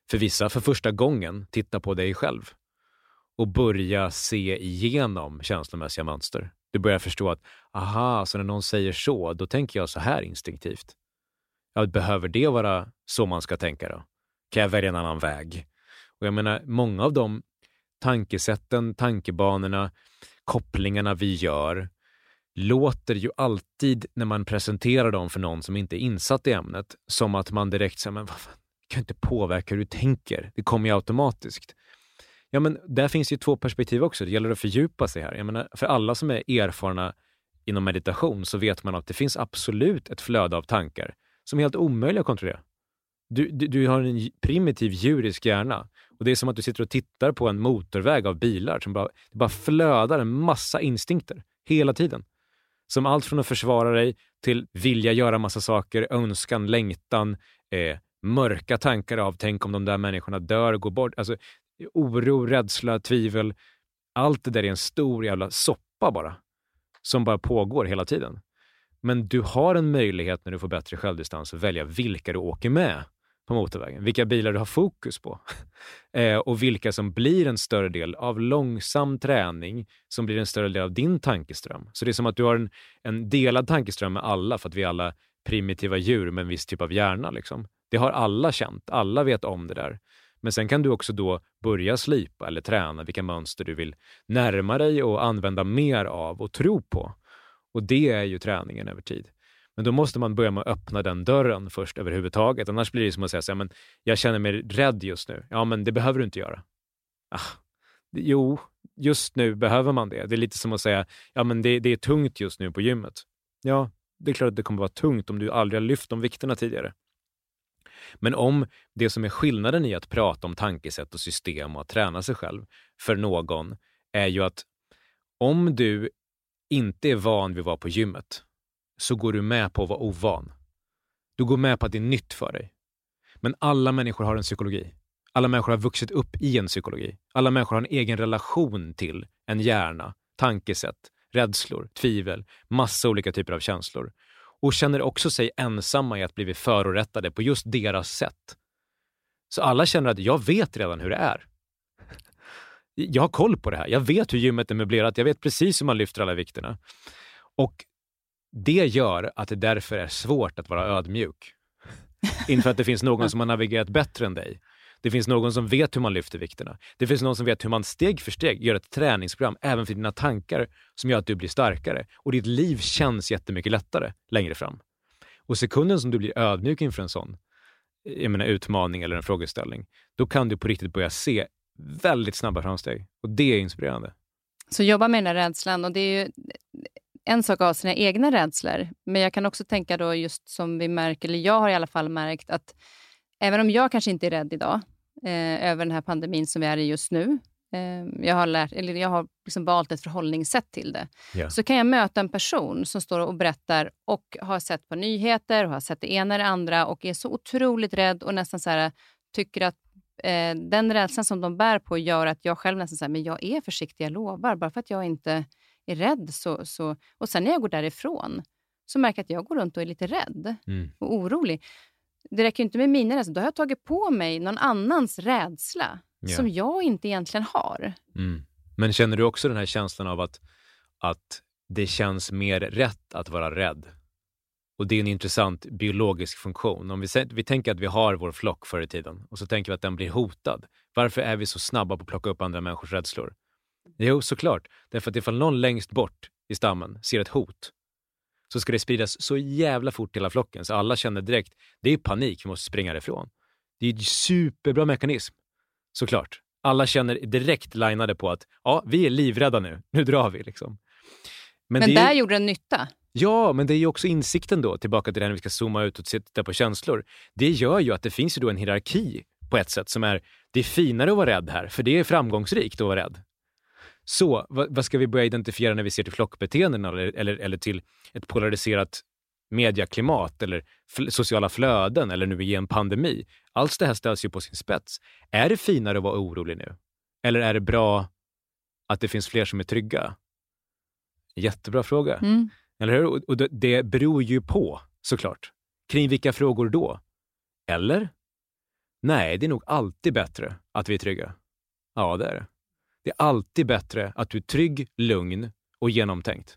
för vissa för första gången titta på dig själv och börja se igenom känslomässiga mönster. Du börjar förstå att, aha, så när någon säger så, då tänker jag så här instinktivt. Ja, behöver det vara så man ska tänka då? Kan jag välja en annan väg? Och jag menar, många av de tankesätten, tankebanorna, kopplingarna vi gör låter ju alltid när man presenterar dem för någon som inte är insatt i ämnet som att man direkt säger, men vad fan, kan inte påverka hur du tänker. Det kommer ju automatiskt. Ja, men där finns ju två perspektiv också. Det gäller att fördjupa sig här. Jag menar, för alla som är erfarna inom meditation så vet man att det finns absolut ett flöde av tankar som är helt omöjliga att kontrollera. Du, du, du har en primitiv djurisk hjärna och det är som att du sitter och tittar på en motorväg av bilar som bara, det bara flödar en massa instinkter hela tiden. Som allt från att försvara dig till vilja göra massa saker, önskan, längtan, eh, mörka tankar av tänk om de där människorna dör och går bort. Alltså oro, rädsla, tvivel. Allt det där är en stor jävla soppa bara. Som bara pågår hela tiden. Men du har en möjlighet när du får bättre självdistans att välja vilka du åker med på motorvägen. Vilka bilar du har fokus på. eh, och vilka som blir en större del av långsam träning som blir en större del av din tankeström. Så det är som att du har en, en delad tankeström med alla för att vi är alla primitiva djur med en viss typ av hjärna. Liksom. Det har alla känt. Alla vet om det där. Men sen kan du också då börja slipa eller träna vilka mönster du vill närma dig och använda mer av och tro på. Och det är ju träningen över tid. Men då måste man börja med att öppna den dörren först överhuvudtaget. Annars blir det som att säga så här, men jag känner mig rädd just nu. Ja, men det behöver du inte göra. Ah, det, jo, just nu behöver man det. Det är lite som att säga, ja men det, det är tungt just nu på gymmet. Ja, det är klart att det kommer vara tungt om du aldrig har lyft de vikterna tidigare. Men om det som är skillnaden i att prata om tankesätt och system och att träna sig själv för någon är ju att om du inte är van vid att vara på gymmet så går du med på att vara ovan. Du går med på att det är nytt för dig. Men alla människor har en psykologi. Alla människor har vuxit upp i en psykologi. Alla människor har en egen relation till en hjärna, tankesätt, rädslor, tvivel, massa olika typer av känslor. Och känner också sig ensamma i att bli förorättade på just deras sätt. Så alla känner att jag vet redan hur det är. Jag har koll på det här. Jag vet hur gymmet är möblerat. Jag vet precis hur man lyfter alla vikterna. Och det gör att det därför är svårt att vara ödmjuk. Inför att det finns någon som har navigerat bättre än dig. Det finns någon som vet hur man lyfter vikterna. Det finns någon som vet hur man steg för steg gör ett träningsprogram även för dina tankar som gör att du blir starkare. Och ditt liv känns jättemycket lättare längre fram. Och sekunden som du blir ödmjuk inför en sån jag menar, utmaning eller en frågeställning, då kan du på riktigt börja se väldigt snabba framsteg. Och det är inspirerande. Så jobba med den här rädslan, och det är ju en sak av sina egna rädslor. Men jag kan också tänka då just som vi märker, eller jag har i alla fall märkt att även om jag kanske inte är rädd idag eh, över den här pandemin som vi är i just nu. Eh, jag har, lärt, eller jag har liksom valt ett förhållningssätt till det. Yeah. Så kan jag möta en person som står och berättar och har sett på nyheter och har sett det ena eller andra och är så otroligt rädd och nästan så här tycker att eh, den rädslan som de bär på gör att jag själv nästan säger men jag är försiktig, jag lovar. Bara för att jag inte är rädd så, så... Och sen när jag går därifrån så märker jag att jag går runt och är lite rädd mm. och orolig. Det räcker inte med mina rädsla. Då har jag tagit på mig någon annans rädsla yeah. som jag inte egentligen har. Mm. Men känner du också den här känslan av att, att det känns mer rätt att vara rädd? Och det är en intressant biologisk funktion. Om vi, vi tänker att vi har vår flock förr i tiden och så tänker vi att den blir hotad. Varför är vi så snabba på att plocka upp andra människors rädslor? Jo, såklart. Därför att ifall någon längst bort i stammen ser ett hot så ska det spridas så jävla fort till hela flocken så alla känner direkt, det är panik, vi måste springa ifrån. Det är en superbra mekanism, såklart. Alla känner direkt linade på att ja, vi är livrädda nu, nu drar vi liksom. Men, men där är... gjorde den nytta. Ja, men det är ju också insikten då, tillbaka till det här när vi ska zooma ut och titta på känslor. Det gör ju att det finns ju då en hierarki på ett sätt som är, det är finare att vara rädd här, för det är framgångsrikt att vara rädd. Så, vad, vad ska vi börja identifiera när vi ser till flockbeteenden eller, eller, eller till ett polariserat mediaklimat eller fl- sociala flöden eller nu i en pandemi? Allt det här ställs ju på sin spets. Är det finare att vara orolig nu? Eller är det bra att det finns fler som är trygga? Jättebra fråga. Mm. Eller hur? Och det, det beror ju på, såklart. Kring vilka frågor då? Eller? Nej, det är nog alltid bättre att vi är trygga. Ja, det är det. Det är alltid bättre att du är trygg, lugn och genomtänkt.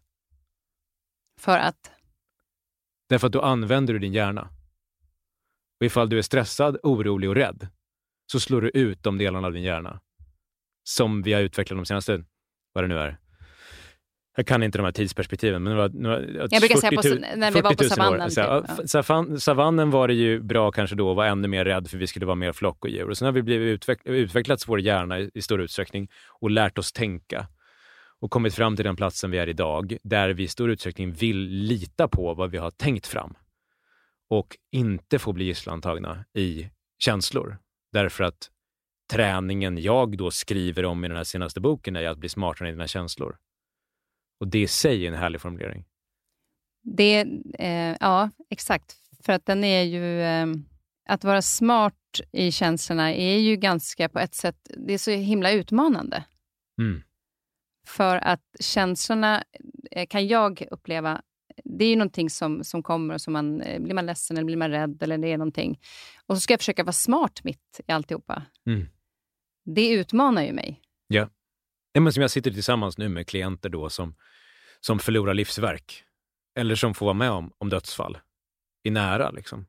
För att? Därför att då använder du din hjärna. Och ifall du är stressad, orolig och rädd så slår du ut de delarna av din hjärna som vi har utvecklat de senaste, vad det nu är. Jag kan inte de här tidsperspektiven, men det var, det var jag brukar säga på, när vi var på savannen. Så, ja. Savan, savannen var det ju bra kanske då, var ännu mer rädd för vi skulle vara mer flock och djur. Och sen har vi blivit utveck, utvecklats vår hjärna i, i stor utsträckning och lärt oss tänka. Och kommit fram till den platsen vi är idag, där vi i stor utsträckning vill lita på vad vi har tänkt fram. Och inte få bli gisslantagna i känslor. Därför att träningen jag då skriver om i den här senaste boken är att bli smartare i dina känslor. Och det i sig är en härlig formulering. Det, eh, ja, exakt. För att den är ju... Eh, att vara smart i känslorna är ju ganska på ett sätt... Det är så himla utmanande. Mm. För att känslorna eh, kan jag uppleva... Det är ju någonting som, som kommer och som man... Eh, blir man ledsen eller blir man rädd eller det är någonting. Och så ska jag försöka vara smart mitt i alltihopa. Mm. Det utmanar ju mig. Ja. Ja, men som jag sitter tillsammans nu med klienter då som, som förlorar livsverk. Eller som får vara med om, om dödsfall. I nära liksom.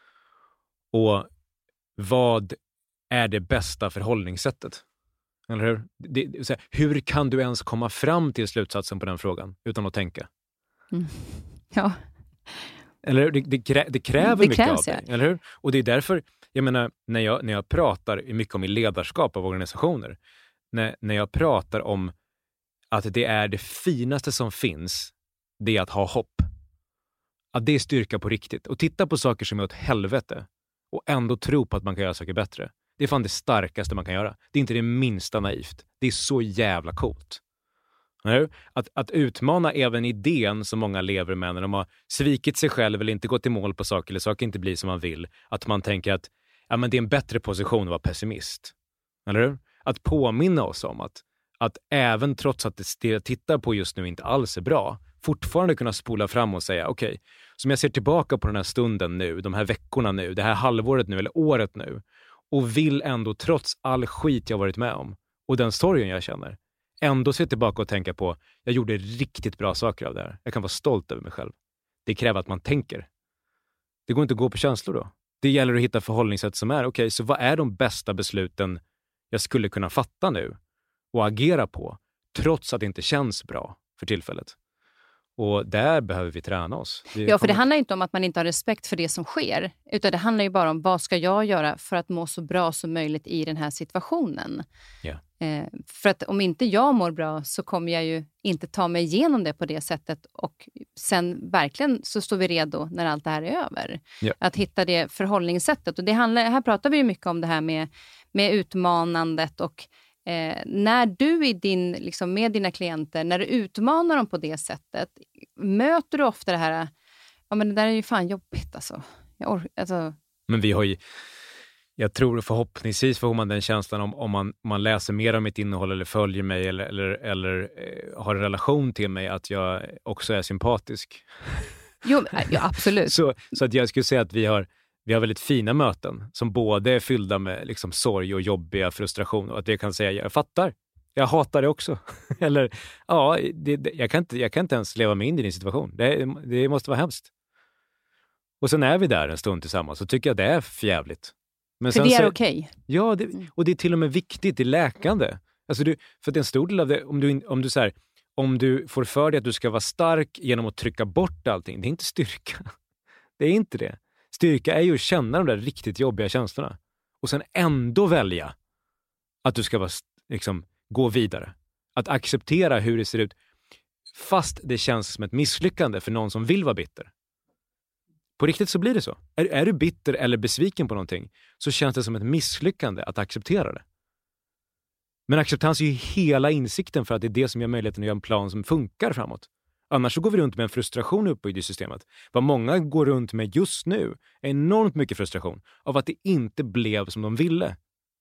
Och vad är det bästa förhållningssättet? Eller hur? Det, det, så här, hur kan du ens komma fram till slutsatsen på den frågan utan att tänka? Mm. Ja. Eller det, det, krä, det kräver det mycket krävs, av dig. Ja. Eller hur? Och det är därför, jag menar, när jag, när jag pratar mycket om i ledarskap av organisationer. När, när jag pratar om att det är det finaste som finns, det är att ha hopp. Att det är styrka på riktigt. Och titta på saker som är åt helvete och ändå tro på att man kan göra saker bättre. Det är fan det starkaste man kan göra. Det är inte det minsta naivt. Det är så jävla coolt. Att, att utmana även idén som många lever med när de har svikit sig själv eller inte gått i mål på saker eller saker inte blir som man vill. Att man tänker att ja, men det är en bättre position att vara pessimist. Eller hur? Att påminna oss om att, att även trots att det jag tittar på just nu inte alls är bra, fortfarande kunna spola fram och säga okej, okay, som jag ser tillbaka på den här stunden nu, de här veckorna nu, det här halvåret nu eller året nu och vill ändå trots all skit jag varit med om och den sorgen jag känner ändå se tillbaka och tänka på jag gjorde riktigt bra saker av det här. Jag kan vara stolt över mig själv. Det kräver att man tänker. Det går inte att gå på känslor då. Det gäller att hitta förhållningssätt som är okej, okay, så vad är de bästa besluten jag skulle kunna fatta nu och agera på trots att det inte känns bra för tillfället. Och där behöver vi träna oss. Vi ja, för kommer... det handlar inte om att man inte har respekt för det som sker. Utan det handlar ju bara om vad ska jag göra för att må så bra som möjligt i den här situationen. Yeah. Eh, för att om inte jag mår bra så kommer jag ju inte ta mig igenom det på det sättet. Och sen verkligen så står vi redo när allt det här är över. Yeah. Att hitta det förhållningssättet. Och det handlar, här pratar vi ju mycket om det här med, med utmanandet och Eh, när du i din, liksom med dina klienter, när du utmanar dem på det sättet, möter du ofta det här, ja men det där är ju fan jobbigt alltså. Jag or- alltså. Men vi har ju, jag tror förhoppningsvis får man den känslan om, om man, man läser mer om mitt innehåll eller följer mig eller, eller, eller eh, har en relation till mig att jag också är sympatisk. Jo, ja, absolut. så, så att jag skulle säga att vi har Vi har väldigt fina möten som både är fyllda med liksom sorg och jobbiga frustrationer. Och att vi kan säga, jag fattar. Jag hatar det också. Eller, ja, det, det, jag, kan inte, jag kan inte ens leva mig in i din situation. Det, det måste vara hemskt. Och sen är vi där en stund tillsammans och tycker att det är förjävligt. Men för sen det är så, okej. Okay. Ja, det, och det är till och med viktigt, det är läkande. Alltså du, för att en stor del av det, om du, om du så här, om du får för dig att du ska vara stark genom att trycka bort allting, det är inte styrka. Det är inte det. Styrka är ju att känna de där riktigt jobbiga känslorna. Och sen ändå välja att du ska vara, liksom, gå vidare. Att acceptera hur det ser ut. Fast det känns som ett misslyckande för någon som vill vara bitter. På riktigt så blir det så. Är, är du bitter eller besviken på någonting så känns det som ett misslyckande att acceptera det. Men acceptans är ju hela insikten för att det är det som ger möjligheten att göra en plan som funkar framåt. Annars så går vi runt med en frustration uppbyggd i systemet. Vad många går runt med just nu är enormt mycket frustration av att det inte blev som de ville.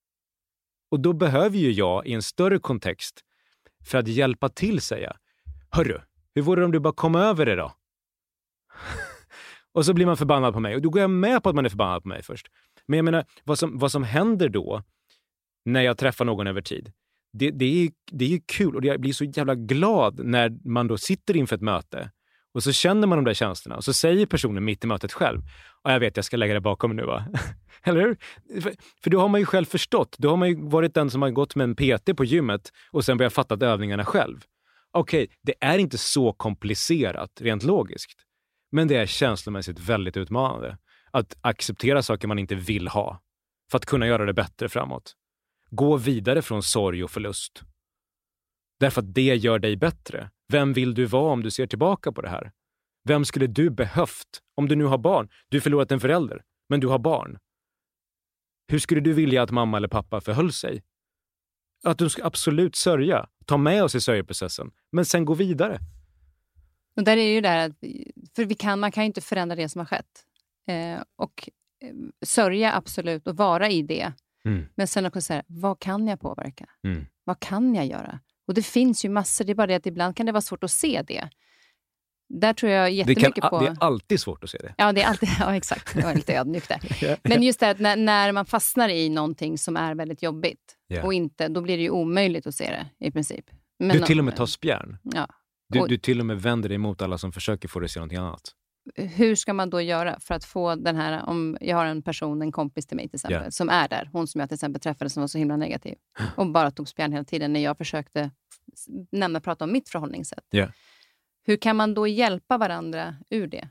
Och då behöver ju jag i en större kontext för att hjälpa till säga, hörru, hur vore det om du bara kom över det då? Och så blir man förbannad på mig. Och då går jag med på att man är förbannad på mig först. Men jag menar, vad som, vad som händer då när jag träffar någon över tid, det, det, är, det är ju kul och jag blir så jävla glad när man då sitter inför ett möte och så känner man de där känslorna och så säger personen mitt i mötet själv, och jag vet jag ska lägga det bakom nu va? Eller hur? För, för då har man ju själv förstått, då har man ju varit den som har gått med en P T på gymmet och sen börjat fatta övningarna själv. Okej, okay, det är inte så komplicerat rent logiskt, men det är känslomässigt väldigt utmanande att acceptera saker man inte vill ha för att kunna göra det bättre framåt. Gå vidare från sorg och förlust. Därför att det gör dig bättre. Vem vill du vara om du ser tillbaka på det här? Vem skulle du behövt om du nu har barn? Du har förlorat en förälder, men du har barn. Hur skulle du vilja att mamma eller pappa förhöll sig? Att du ska absolut sörja. Ta med oss i sörjeprocessen, men sen gå vidare. Och där är ju det här, för vi kan, man kan ju inte förändra det som har skett. Eh, och eh, sörja absolut och vara i det. Mm. Men sen också säga, vad kan jag påverka? Mm. Vad kan jag göra? Och det finns ju massor, det är bara det att ibland kan det vara svårt att se det. Där tror jag jättemycket det kan, på... Det är alltid svårt att se det. Ja, det är alltid, ja exakt. Det var lite ödmjukt där. Men just det att när, när man fastnar i någonting som är väldigt jobbigt yeah. och inte, då blir det ju omöjligt att se det i princip. Men du till och med tar spjärn. Ja. Du, du till och med vänder dig mot alla som försöker få dig att se någonting annat. Hur ska man då göra för att få den här, om jag har en person, en kompis till mig till exempel, yeah. som är där, hon som jag till exempel träffade som var så himla negativ och bara tog spjärn hela tiden när jag försökte nämna, prata om mitt förhållningssätt. Yeah. Hur kan man då hjälpa varandra ur det?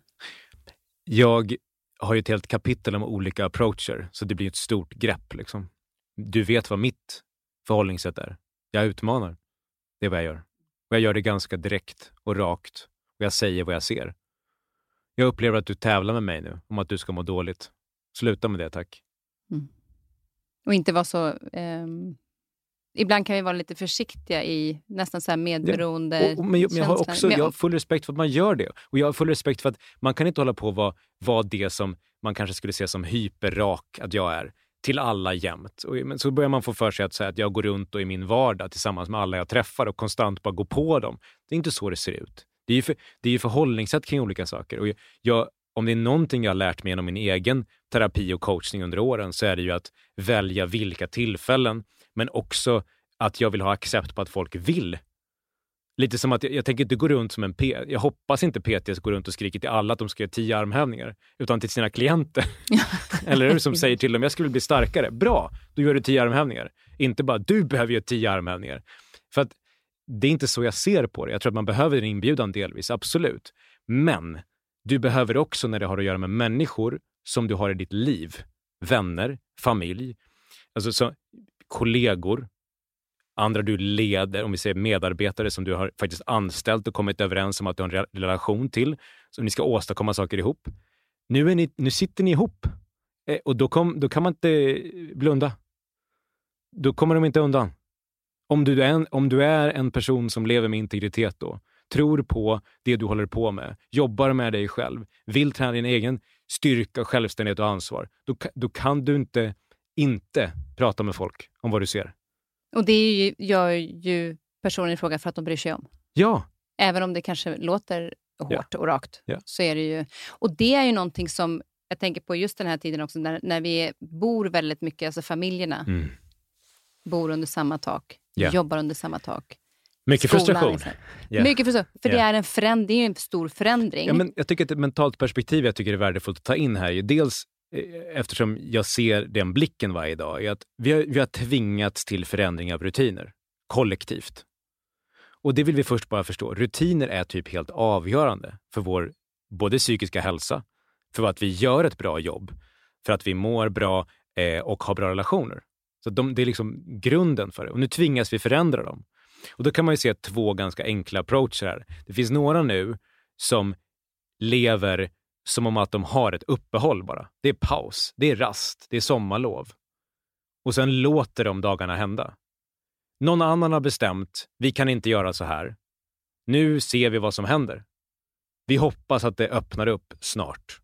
Jag har ju ett helt kapitel om olika approacher, så det blir ett stort grepp liksom. Du vet vad mitt förhållningssätt är. Jag utmanar. Det är vad jag gör. Och jag gör det ganska direkt och rakt. Och jag säger vad jag ser. Jag upplever att du tävlar med mig nu om att du ska må dåligt. Sluta med det, tack. Mm. Och inte vara så... Um... Ibland kan vi vara lite försiktiga i nästan så här medberoende ja. och, och, men jag, men jag har också jag har full respekt för att man gör det. Och jag har full respekt för att man kan inte hålla på att vara, vara det som man kanske skulle se som hyperrak att jag är till alla jämt. Och, men så börjar man få för sig att, säga att jag går runt och i min vardag tillsammans med alla jag träffar och konstant bara går på dem. Det är inte så det ser ut. Det är ju, för, det är ju förhållningssätt kring olika saker. Och jag, om det är någonting jag har lärt mig genom min egen terapi och coachning under åren, så är det ju att välja vilka tillfällen, men också att jag vill ha accept på att folk vill. Lite som att jag, jag tänker inte gå runt som en P... Jag hoppas inte P T S går runt och skriker till alla att de ska göra tio armhävningar, utan till sina klienter. Eller hur? Som säger till dem, jag skulle bli starkare. Bra, då gör du tio armhävningar. Inte bara, du behöver göra tio armhävningar. För att det är inte så jag ser på det. Jag tror att man behöver en inbjudan delvis, absolut. Men du behöver också när det har att göra med människor som du har i ditt liv. Vänner, familj, alltså så, kollegor, andra du leder, om vi säger medarbetare som du har faktiskt anställt och kommit överens om att du har en relation till, så ni ska åstadkomma saker ihop. Nu, är ni, nu sitter ni ihop eh, och då, kom, då kan man inte blunda. Då kommer de inte undan. Om du, är en, om du är en person som lever med integritet då, tror på det du håller på med, jobbar med dig själv, vill träna din egen styrka, självständighet och ansvar, då, då kan du inte inte prata med folk om vad du ser. Och det är ju, gör ju personen i fråga för att de bryr sig om. Ja. Även om det kanske låter hårt ja. och rakt. Ja. Så är det ju. Och det är ju någonting som jag tänker på just den här tiden också. När, när vi bor väldigt mycket, alltså familjerna mm. bor under samma tak. Yeah. Jobbar under samma tak. Mycket Skolan, frustration. Liksom. Yeah. Mycket frustration. För yeah. det är en föränd- det är en stor förändring. Ja, men jag tycker att ett mentalt perspektiv jag tycker är värdefullt att ta in här. Dels eftersom jag ser den blicken varje dag, är att vi har, vi har tvingats till förändring av rutiner. Kollektivt. Och det vill vi först bara förstå. Rutiner är typ helt avgörande för vår både psykiska hälsa, för att vi gör ett bra jobb, för att vi mår bra eh, och har bra relationer. Så de, det är liksom grunden för det. Och nu tvingas vi förändra dem. Och då kan man ju se två ganska enkla approacher här. Det finns några nu som lever som om att de har ett uppehåll bara. Det är paus, det är rast, det är sommarlov. Och sen låter de dagarna hända. Någon annan har bestämt, vi kan inte göra så här. Nu ser vi vad som händer. Vi hoppas att det öppnar upp snart.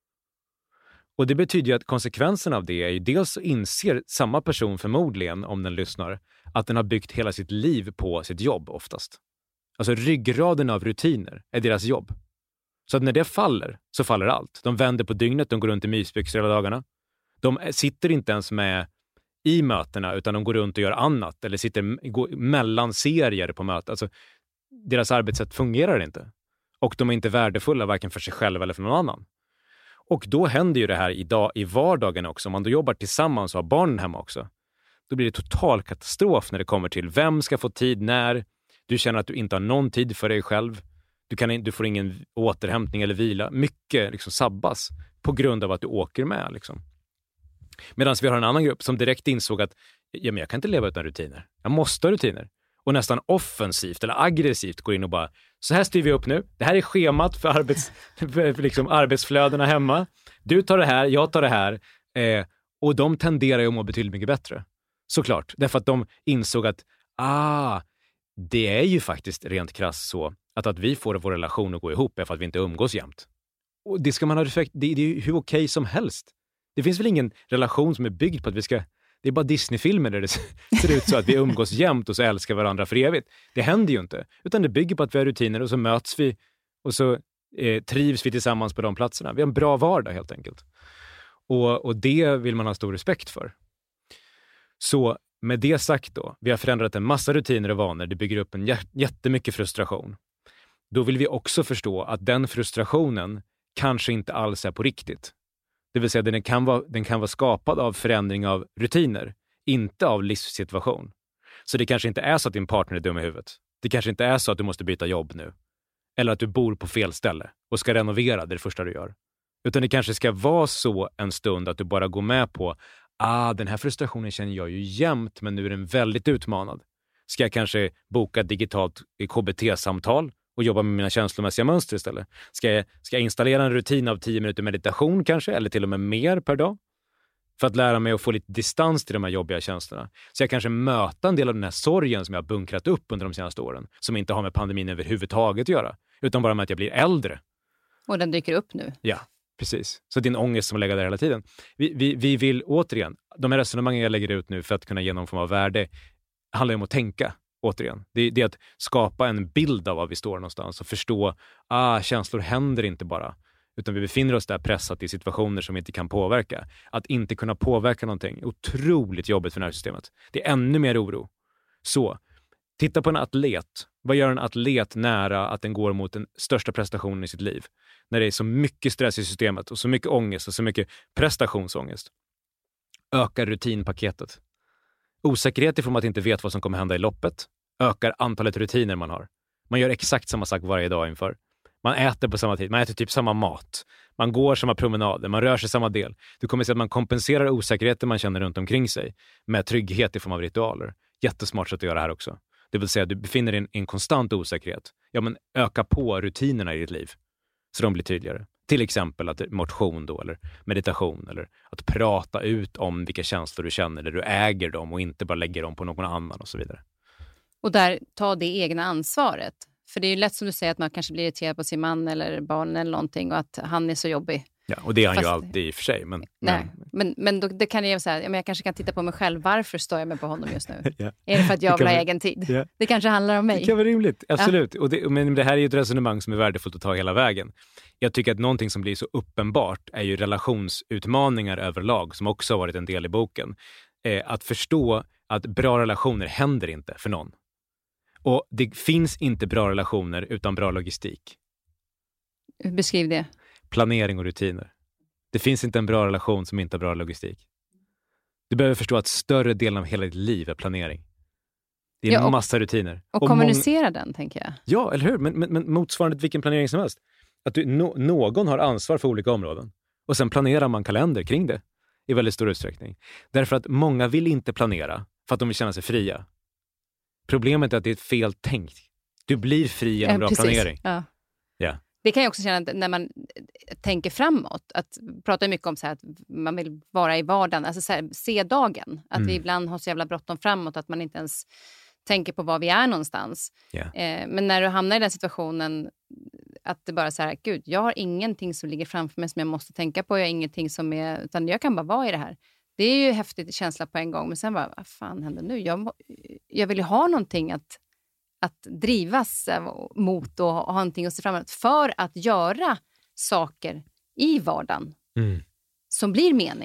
Och det betyder ju att konsekvensen av det är ju dels inser samma person förmodligen, om den lyssnar, att den har byggt hela sitt liv på sitt jobb oftast. Alltså ryggraden av rutiner är deras jobb. Så att när det faller så faller allt. De vänder på dygnet, de går runt i mysbyxor hela dagarna. De sitter inte ens med i mötena utan de går runt och gör annat eller sitter går mellan serier på möten. Alltså, deras arbetssätt fungerar inte. Och de är inte värdefulla varken för sig själva eller för någon annan. Och då händer ju det här idag, i vardagen också. Om man då jobbar tillsammans och har barnen hemma också. Då blir det total katastrof när det kommer till vem ska få tid när. Du känner att du inte har någon tid för dig själv. Du, kan, du får ingen återhämtning eller vila. Mycket liksom sabbas på grund av att du åker med. Liksom. Medan vi har en annan grupp som direkt insåg att ja, men jag kan inte leva utan rutiner. Jag måste ha rutiner. Och nästan offensivt eller aggressivt går in och bara, så här styr vi upp nu. Det här är schemat för, arbets, för liksom arbetsflödena hemma. Du tar det här, jag tar det här. Eh, och de tenderar ju att må betydligt mycket bättre. Såklart. Därför att de insåg att ah, det är ju faktiskt rent krasst så att att vi får vår relation att gå ihop är för att vi inte umgås jämt. Och det ska man ha respekt, det, det är ju hur okej som helst. Det finns väl ingen relation som är byggd på att vi ska, det är bara Disney-filmer där det ser ut så att vi umgås jämt och så älskar varandra för evigt. Det händer ju inte. Utan det bygger på att vi har rutiner och så möts vi och så eh, trivs vi tillsammans på de platserna. Vi har en bra vardag helt enkelt. Och, och det vill man ha stor respekt för. Så med det sagt då, vi har förändrat en massa rutiner och vanor. Det bygger upp en j- jättemycket frustration. Då vill vi också förstå att den frustrationen kanske inte alls är på riktigt. Det vill säga den kan vara, den kan vara skapad av förändring av rutiner, inte av livssituation. Så det kanske inte är så att din partner är dum i huvudet. Det kanske inte är så att du måste byta jobb nu. Eller att du bor på fel ställe och ska renovera det, det första du gör. Utan det kanske ska vara så en stund att du bara går med på ah, den här frustrationen känner jag ju jämt, men nu är den väldigt utmanad. Ska jag kanske boka ett digitalt K B T-samtal och jobba med mina känslomässiga mönster istället? Ska jag, ska jag installera en rutin av tio minuter meditation kanske, eller till och med mer per dag? För att lära mig att få lite distans till de här jobbiga känslorna. Så jag kanske möta en del av den här sorgen som jag har bunkrat upp under de senaste åren. Som inte har med pandemin överhuvudtaget att göra. Utan bara med att jag blir äldre. Och den dyker upp nu. Ja, precis. Så det är en ångest som lägger där hela tiden. Vi, vi, vi vill återigen, de här resonemangen jag lägger ut nu för att kunna ge någon form av värde handlar om att tänka. Återigen, det, det är att skapa en bild av var vi står någonstans och förstå, ah, känslor händer inte bara. Utan vi befinner oss där pressat i situationer som vi inte kan påverka. Att inte kunna påverka någonting är otroligt jobbigt för nervsystemet. Det är ännu mer oro. Så, titta på en atlet. Vad gör en atlet nära att den går mot den största prestationen i sitt liv? När det är så mycket stress i systemet och så mycket ångest och så mycket prestationsångest. Ökar rutinpaketet. Osäkerhet ifrån att man inte vet vad som kommer hända i loppet. Ökar antalet rutiner man har. Man gör exakt samma sak varje dag inför. Man äter på samma tid. Man äter typ samma mat. Man går samma promenader. Man rör sig samma del. Du kommer se att man kompenserar osäkerheten man känner runt omkring sig med trygghet i form av ritualer. Jättesmart sätt att göra det här också. Det vill säga att du befinner dig i en konstant osäkerhet. Ja, men öka på rutinerna i ditt liv. Så de blir tydligare. Till exempel att motion då, eller meditation. Eller att prata ut om vilka känslor du känner. Där du äger dem och inte bara lägger dem på någon annan och så vidare. Och där ta det egna ansvaret. För det är ju lätt som du säger att man kanske blir irriterad på sin man eller barn eller någonting och att han är så jobbig. Ja, och det är han Fast, ju alltid i och för sig. Men, nej, men, men, men då, det kan jag säga, ja, men jag kanske kan titta på mig själv. Varför står jag med på honom just nu? ja. Är det för att jag vill ha vara, egen tid? Ja. Det kanske handlar om mig. Det kan vara rimligt, absolut. Ja. Och det, men det här är ju ett resonemang som är värdefullt att ta hela vägen. Jag tycker att någonting som blir så uppenbart är ju relationsutmaningar överlag, som också har varit en del i boken. Eh, att förstå att bra relationer händer inte för någon. Och det finns inte bra relationer utan bra logistik. Beskriv det. Planering och rutiner. Det finns inte en bra relation som inte har bra logistik. Du behöver förstå att större delen av hela ditt liv är planering. Det är en ja, och, massa rutiner. Och, och kommunicera mång- den, tänker jag. Ja, eller hur? Men, men, men motsvarande vilken planering som helst. Att du, no, någon har ansvar för olika områden. Och sen planerar man kalender kring det i väldigt stor utsträckning. Därför att många vill inte planera för att de vill känna sig fria. Problemet är att det är ett fel tänkt. Du blir fri genom ja, bra precis. planering. Ja. Ja. Det kan jag också känna när man tänker framåt. Att prata mycket om så här att man vill vara i vardagen. Alltså så här, se dagen. Att mm. vi ibland har så jävla bråttom framåt att man inte ens tänker på var vi är någonstans. Yeah. Eh, men när du hamnar i den situationen att det bara så här, gud, jag har ingenting som ligger framför mig som jag måste tänka på. Jag har ingenting som är, utan jag kan bara vara i det här. Det är ju häftigt känsla på en gång. Men sen bara, vad fan händer nu? Jag, jag vill ju ha någonting att, att drivas mot och ha någonting att se fram emot. För att göra saker i vardagen mm. som blir mening.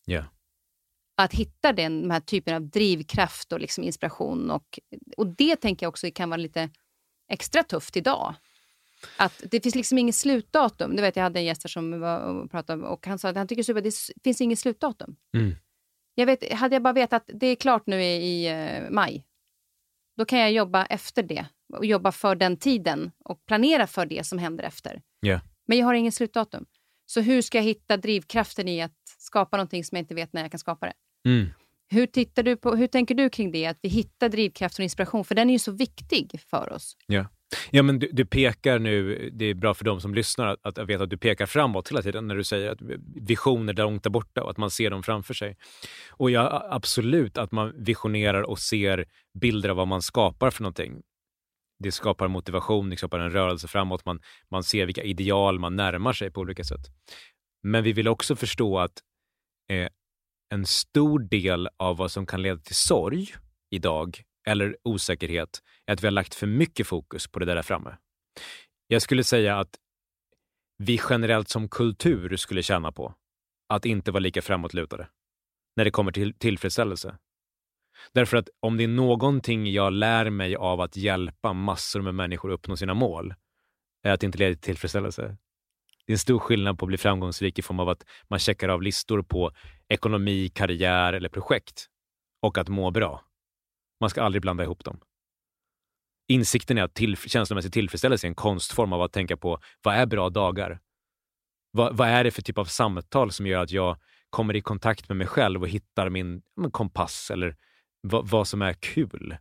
Yeah. Att hitta den, den här typen av drivkraft och liksom inspiration. Och, och det tänker jag också kan vara lite extra tufft idag. Att det finns liksom ingen slutdatum. Du vet, jag hade en gäst som var och pratade och han sa att han tycker att det finns ingen slutdatum. Mm. Jag vet, hade jag bara vetat att det är klart nu i, i uh, maj, då kan jag jobba efter det och jobba för den tiden och planera för det som händer efter. Yeah. Men jag har ingen slutdatum. Så hur ska jag hitta drivkraften i att skapa någonting som jag inte vet när jag kan skapa det? Mm. Hur tittar du på, hur tänker du kring det? Att vi hittar drivkraft och inspiration, för den är ju så viktig för oss. Ja, ja men du, du pekar nu, det är bra för de som lyssnar att, att veta att du pekar framåt hela tiden när du säger att visioner där långt där borta och att man ser dem framför sig. Och ja, absolut att man visionerar och ser bilder av vad man skapar för någonting. Det skapar motivation, det skapar en rörelse framåt, man, man ser vilka ideal man närmar sig på olika sätt. Men vi vill också förstå att eh, en stor del av vad som kan leda till sorg idag eller osäkerhet är att vi har lagt för mycket fokus på det där, där framme. Jag skulle säga att vi generellt som kultur skulle tjäna på att inte vara lika framåtlutade när det kommer till tillfredsställelse. Därför att om det är någonting jag lär mig av att hjälpa massor med människor att uppnå sina mål är att inte leda till tillfredsställelse. Det är en stor skillnad på att bli framgångsrik i form av att man checkar av listor på ekonomi, karriär eller projekt och att må bra. Man ska aldrig blanda ihop dem. Insikten är att till, känslomässig tillfredsställelse är en konstform av att tänka på vad är bra dagar? Vad, vad är det för typ av samtal som gör att jag kommer i kontakt med mig själv och hittar min, min kompass eller vad, vad som är kul?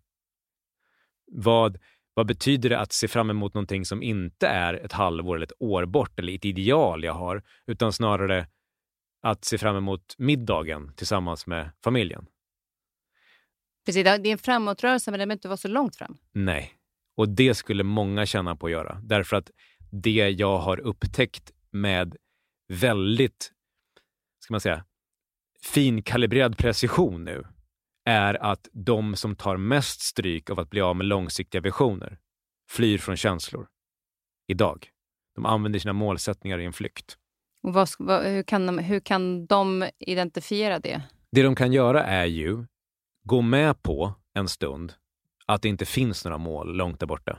Vad, vad betyder det att se fram emot någonting som inte är ett halvår eller ett år bort eller ett ideal jag har, utan snarare att se fram emot middagen tillsammans med familjen? Precis, det är en framåtrörelse, men det behöver inte vara så långt fram. Nej, och det skulle många känna på att göra. Därför att det jag har upptäckt med väldigt, ska man säga, finkalibrerad precision nu är att de som tar mest stryk av att bli av med långsiktiga visioner flyr från känslor idag. De använder sina målsättningar i en flykt. Och vad, vad, hur, kan de, hur kan de identifiera det? Det de kan göra är ju gå med på en stund att det inte finns några mål långt där borta.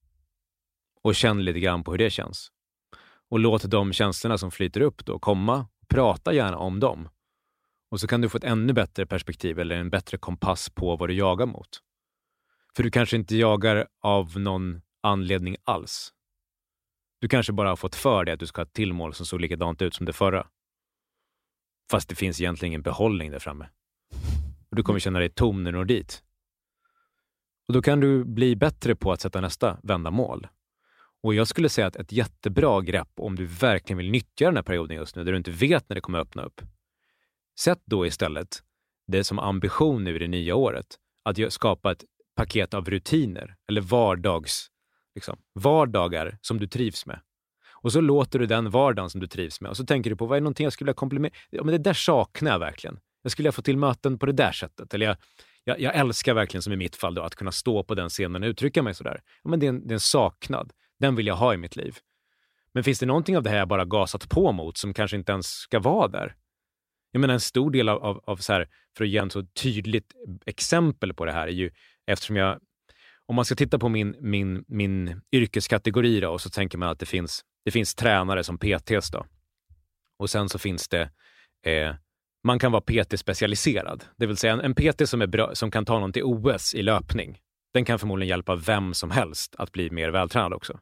Och känn lite grann på hur det känns. Och låt de känslorna som flyter upp då komma, prata gärna om dem. Och så kan du få ett ännu bättre perspektiv eller en bättre kompass på vad du jagar mot. För du kanske inte jagar av någon anledning alls. Du kanske bara har fått för dig att du ska ha ett till mål som såg likadant ut som det förra. Fast det finns egentligen ingen behållning där framme. Och du kommer känna dig tom när du når dit. Och då kan du bli bättre på att sätta nästa vända mål. Och jag skulle säga att ett jättebra grepp om du verkligen vill nyttja den här perioden just nu, där du inte vet när det kommer att öppna upp. Sätt då istället det som ambition nu i det nya året. Att skapa ett paket av rutiner eller vardags, liksom, vardagar som du trivs med. Och så låter du den vardagen som du trivs med. Och så tänker du på vad är någonting jag skulle vilja komplementera. Ja, men det där saknar jag verkligen. Jag skulle få till möten på det där sättet. Eller jag, jag, jag älskar verkligen, som i mitt fall då, att kunna stå på den scenen och uttrycka mig sådär. Ja, men det är, en, det är en saknad. Den vill jag ha i mitt liv. Men finns det någonting av det här jag bara gasat på mot som kanske inte ens ska vara där? Jag menar en stor del av, av, av så här, för att ge en så tydligt exempel på det här är ju, eftersom jag, om man ska titta på min, min, min yrkeskategori då, och så tänker man att det finns, det finns tränare som P T:s då. Och sen så finns det, eh, man kan vara P T-specialiserad. Det vill säga en, en P T som, är bra, som kan ta någon till O S i löpning. Den kan förmodligen hjälpa vem som helst att bli mer vältränad också.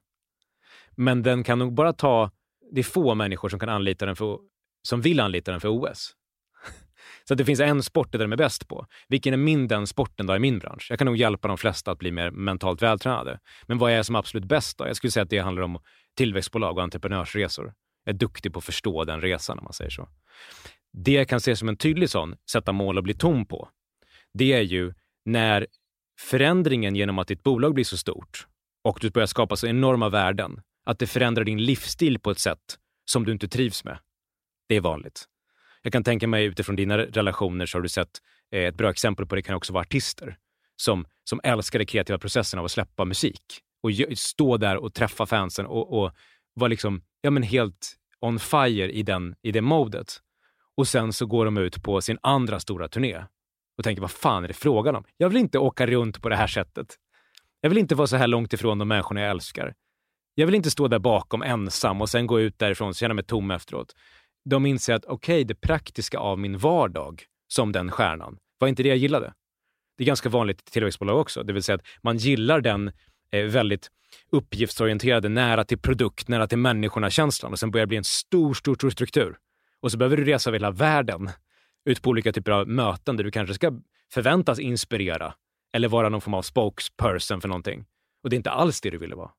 Men den kan nog bara ta, det är få människor som kan anlita den för, som vill anlita den för O S. Så att det finns en sport där de är bäst på. Vilken är min den sporten då i min bransch? Jag kan nog hjälpa de flesta att bli mer mentalt vältränade. Men vad är jag som absolut bäst då? Jag skulle säga att det handlar om tillväxtbolag och entreprenörsresor. Jag är duktig på att förstå den resan, om man säger så. Det jag kan se som en tydlig sån, sätta mål och bli tom på, det är ju när förändringen genom att ditt bolag blir så stort och du börjar skapa så enorma värden, att det förändrar din livsstil på ett sätt som du inte trivs med. Det är vanligt. Jag kan tänka mig utifrån dina relationer så har du sett eh, ett bra exempel på det kan också vara artister som, som älskar den kreativa processen av att släppa musik och ju, stå där och träffa fansen och, och vara liksom, ja men helt on fire i, den, i det modet. Och sen så går de ut på sin andra stora turné. Och tänker, vad fan är det frågan om? Jag vill inte åka runt på det här sättet. Jag vill inte vara så här långt ifrån de människorna jag älskar. Jag vill inte stå där bakom ensam och sen gå ut därifrån och känna mig tom efteråt. De inser att okej, okay, det praktiska av min vardag som den stjärnan var inte det jag gillade. Det är ganska vanligt i tillväxtbolag också. Det vill säga att man gillar den eh, väldigt uppgiftsorienterade, nära till produkt, nära till människorna känslan. Och sen börjar det bli en stor, stor, stor struktur. Och så behöver du resa över hela världen ut på olika typer av möten där du kanske ska förväntas inspirera eller vara någon form av spokesperson för någonting. Och det är inte alls det du ville vara.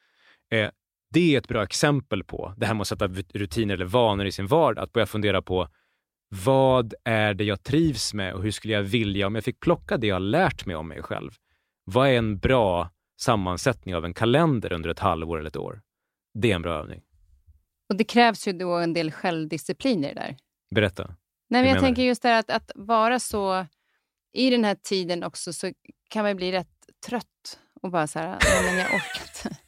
Eh, det är ett bra exempel på det här med att sätta rutiner eller vanor i sin vardag. Att börja fundera på vad är det jag trivs med och hur skulle jag vilja om jag fick plocka det jag har lärt mig om mig själv. Vad är en bra sammansättning av en kalender under ett halvår eller ett år? Det är en bra övning. Och det krävs ju då en del självdisciplin i det där. Berätta. Nej, men jag tänker just det här att, att vara så i den här tiden också så kan man bli rätt trött och bara så här, nej men jag orkar inte.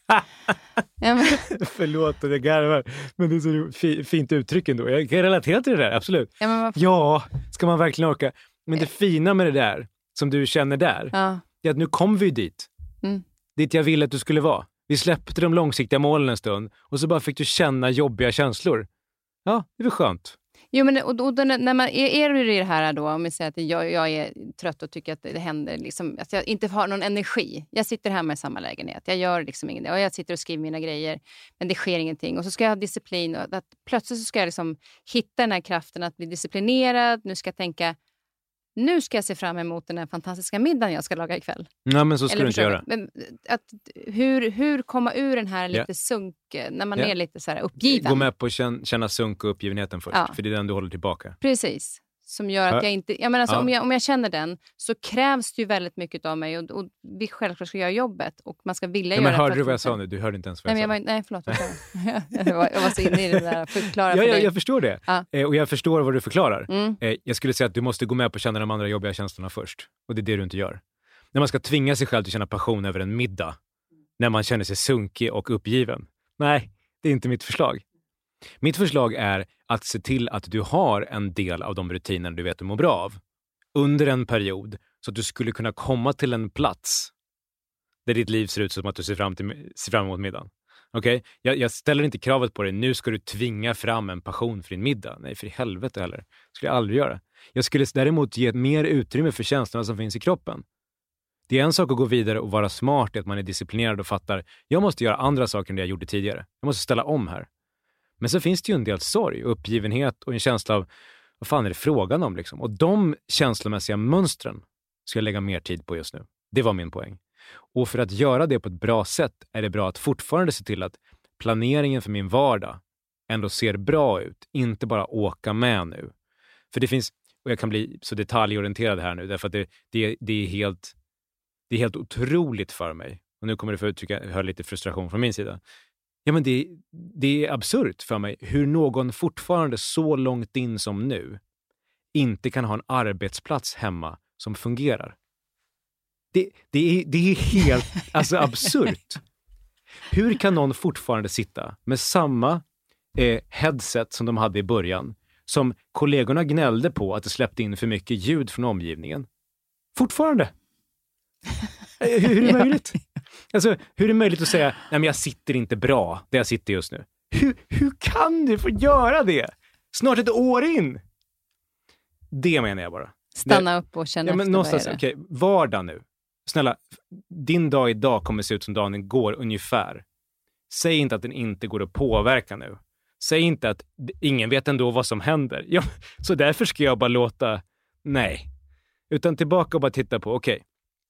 Ja, men... Förlåt, det garvar. Men det är så fi- fint uttryck ändå. Jag kan relatera till det där, absolut. Ja, men varför... ja, ska man verkligen orka. Men det fina med det där, som du känner där, ja. är att nu kom vi dit. Mm. Dit jag ville att du skulle vara. Vi släppte de långsiktiga målen en stund och så bara fick du känna jobbiga känslor. Ja, det var skönt. Jo, men och, och, när man är, är du i det här då, om vi säger att jag, jag är trött och tycker att det händer, liksom, att jag inte har någon energi. Jag sitter hemma i samma lägenhet, jag gör liksom ingenting. Och jag sitter och skriver mina grejer, men det sker ingenting. Och så ska jag ha disciplin. Och att plötsligt så ska jag liksom hitta den här kraften att bli disciplinerad. Nu ska jag tänka, nu ska jag se fram emot den här fantastiska middagen jag ska laga ikväll. Nej, men så ska Eller du inte göra. Men, att, hur, hur komma ur den här lite yeah. sunk, när man yeah. är lite så här uppgiven? Gå med på att känna, känna sunk och uppgivenheten först, ja. för det är den du håller tillbaka. Precis. Som gör att ja. jag inte... Jag menar, alltså, ja. om, jag, om jag känner den så krävs det ju väldigt mycket av mig. Och, och vi självklart ska göra jobbet. Och man ska vilja ja, göra men det. hörde du vad jag sa nu? Du hörde inte ens vad nej, jag men sa. Jag var, nej, förlåt. jag, var, jag var så inne i det där. Förklara ja, för jag, dig. jag förstår det. Ja. Eh, och jag förstår vad du förklarar. Mm. Eh, jag skulle säga att du måste gå med på att känna de andra jobbiga känslorna först. Och det är det du inte gör. När man ska tvinga sig själv att känna passion över en middag. När man känner sig sunkig och uppgiven. Nej, det är inte mitt förslag. Mitt förslag är att se till att du har en del av de rutiner du vet du mår bra av. Under en period. Så att du skulle kunna komma till en plats. Där ditt liv ser ut som att du ser fram, till, ser fram emot middagen. Okej? Okay? Jag, jag ställer inte kravet på dig. Nu ska du tvinga fram en passion för din middag. Nej, för i helvete heller. Det skulle jag aldrig göra. Jag skulle däremot ge mer utrymme för känslorna som finns i kroppen. Det är en sak att gå vidare och vara smart. Att man är disciplinerad och fattar. Jag måste göra andra saker än det jag gjorde tidigare. Jag måste ställa om här. Men så finns det ju en del sorg, uppgivenhet och en känsla av vad fan är det frågan om liksom? Och de känslomässiga mönstren ska jag lägga mer tid på just nu. Det var min poäng. Och för att göra det på ett bra sätt är det bra att fortfarande se till att planeringen för min vardag ändå ser bra ut. Inte bara åka med nu. För det finns, och jag kan bli så detaljorienterad här nu därför att det, det, det, är, helt, det är helt otroligt för mig. Och nu kommer det för att uttrycka, jag hör lite frustration från min sida. Ja, men det, det är absurt för mig hur någon fortfarande så långt in som nu inte kan ha en arbetsplats hemma som fungerar. Det, det, är, det är helt alltså absurt. Hur kan någon fortfarande sitta med samma eh, headset som de hade i början, som kollegorna gnällde på att det släppte in för mycket ljud från omgivningen? Fortfarande. Hur är det möjligt? Alltså, hur är det möjligt att säga, nej men jag sitter inte bra där jag sitter just nu? Hur, hur kan du få göra det? Snart ett år in. Det menar jag bara. Stanna det, upp och känna ja, men efter någonstans, vad är det? Okej, vardag nu. Snälla, din dag idag kommer se ut som dagen går ungefär. Säg inte att den inte går att påverka nu. Säg inte att ingen vet ändå vad som händer. Ja, så därför ska jag bara låta, nej. Utan tillbaka och bara titta på, okej. Okay.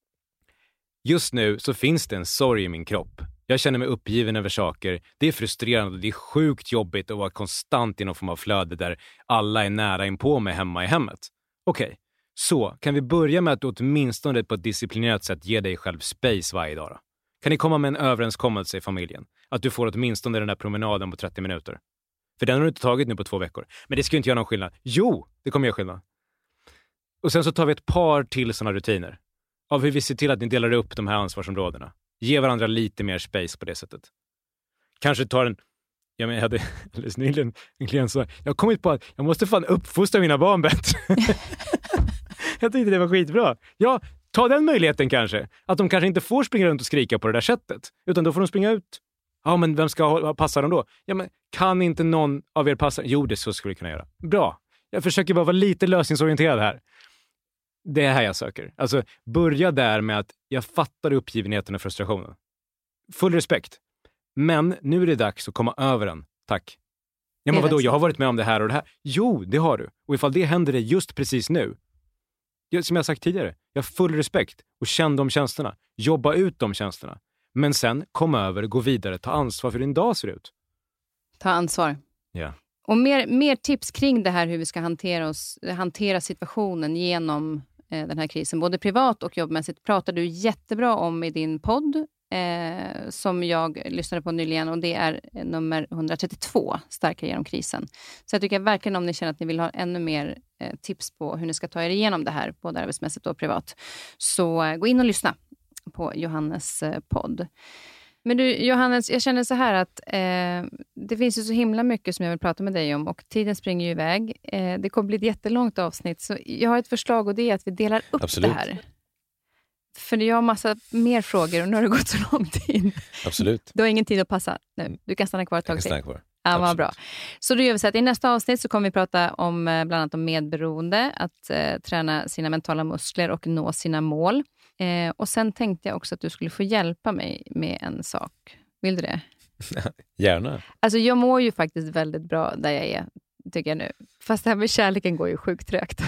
Just nu så finns det en sorg i min kropp. Jag känner mig uppgiven över saker. Det är frustrerande och det är sjukt jobbigt att vara konstant i någon form av flöde där alla är nära in på mig hemma i hemmet. Okej, okay. Så kan vi börja med att åtminstone på ett disciplinerat sätt ge dig själv space varje dag då? Kan ni komma med en överenskommelse i familjen? Att du får åtminstone den där promenaden på trettio minuter. För den har du inte tagit nu på två veckor. Men det ska ju inte göra någon skillnad. Jo, det kommer göra skillnad. Och sen så tar vi ett par till sådana rutiner. Av hur vi ser till att ni delar upp de här ansvarsområdena. Ge varandra lite mer space på det sättet. Kanske tar en, Ja, men jag hade alldeles nyligen en klient som jag har kommit på att jag måste fan uppfostra mina barn bättre. Jag tyckte det var skitbra. Ja, ta den möjligheten kanske. Att de kanske inte får springa runt och skrika på det där sättet. Utan då får de springa ut. Ja, men vem ska passa dem då? Ja, men kan inte någon av er passa? Jo, det så skulle vi kunna göra. Bra. Jag försöker bara vara lite lösningsorienterad här. Det är här jag söker. Alltså, börja där med att jag fattar uppgivenheten och frustrationen. Full respekt. Men nu är det dags att komma över den. Tack. Ja, men vadå? Jag har varit med om det här och det här. Jo, det har du. Och ifall det händer dig just precis nu. Som jag sagt tidigare. Jag har full respekt. Och känn de känslorna. Jobba ut de känslorna. Men sen kom över, gå vidare. Ta ansvar för din dag ser ut. Ta ansvar. Ja. Och mer, mer tips kring det här hur vi ska hantera, oss, hantera situationen genom eh, den här krisen. Både privat och jobbmässigt pratar du jättebra om i din podd. Eh, som jag lyssnade på nyligen och det är nummer etthundratrettiotvå, Starkare genom krisen. Så jag tycker verkligen om ni känner att ni vill ha ännu mer eh, tips på hur ni ska ta er igenom det här, både arbetsmässigt och privat. Så eh, gå in och lyssna på Johannes eh, podd. Men du Johannes, jag känner så här att eh, det finns ju så himla mycket som jag vill prata med dig om och tiden springer ju iväg. Eh, det kommer bli ett jättelångt avsnitt så jag har ett förslag och det är att vi delar upp Absolut. det här. För jag har massa mer frågor och nu har det gått så lång tid. Absolut. Du har ingen tid att passa nu. Du kan stanna kvar ett tag till. Jag kan stanna kvar. Ja, vad bra. Så då gör vi så att i nästa avsnitt så kommer vi prata om bland annat om medberoende, att eh, träna sina mentala muskler och nå sina mål. Eh, och sen tänkte jag också att du skulle få hjälpa mig med en sak. Vill du det? Gärna. Alltså jag mår ju faktiskt väldigt bra där jag är, tycker jag nu. Fast det här med kärleken går ju sjukt trögt.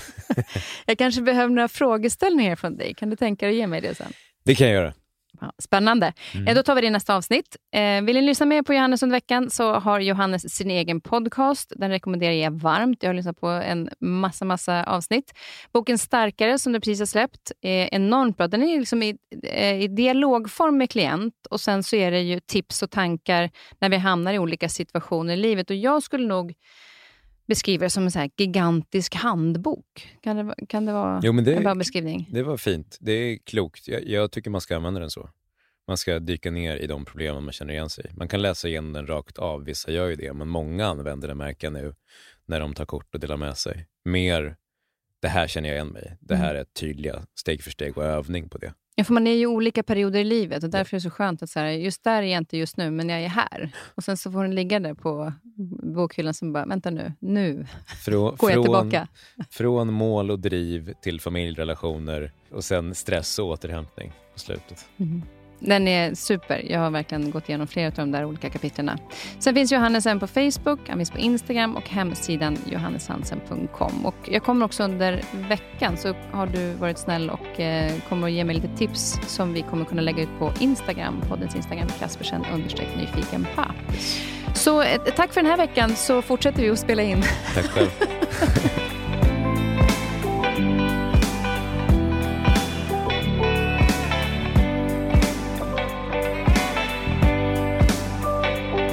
Jag kanske behöver några frågeställningar från dig. Kan du tänka dig att ge mig det sen? Det kan jag göra. Ja, spännande. Mm. Eh, då tar vi det i nästa avsnitt. Eh, vill ni lyssna mer på Johannes under veckan så har Johannes sin egen podcast. Den rekommenderar jag varmt. Jag har lyssnat på en massa, massa avsnitt. Boken Starkare som du precis har släppt är enormt bra. Den är liksom i, i dialogform med klient och sen så är det ju tips och tankar när vi hamnar i olika situationer i livet. Och jag skulle nog beskriver det som en så här gigantisk handbok. Kan det, kan det vara jo, men det, en bra beskrivning? Det var fint. Det är klokt. Jag, jag tycker man ska använda den så. Man ska dyka ner i de problemen man känner igen sig. Man kan läsa igenom den rakt av. Vissa gör ju det. Men många använder den, märker jag nu, när de tar kort och delar med sig. Mer, det här känner jag igen mig. Det här är tydliga steg för steg och övning på det. Ja, för man är ju olika perioder i livet och därför är det så skönt att så här, just där är jag inte just nu, men jag är här. Och sen så får den ligga där på bokhyllan som bara, vänta nu, nu Frå, går jag från, tillbaka. Från mål och driv till familjerelationer och sen stress och återhämtning på slutet. Mm. Den är super. Jag har verkligen gått igenom flera av de där olika kapitlerna. Sen finns Johannes på Facebook, han finns på Instagram och hemsidan johannes hansen punkt com. Och jag kommer också under veckan så har du varit snäll och eh, kommer att ge mig lite tips som vi kommer kunna lägga ut på Instagram, poddens Instagram, Kaspersen understreck nyfiken pa. Så eh, tack för den här veckan så fortsätter vi att spela in. Tack själv.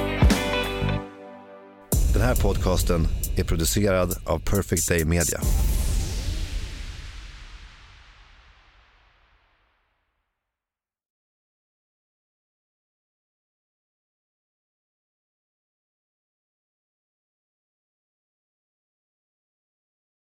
Den här podcasten är producerad av Perfect Day Media.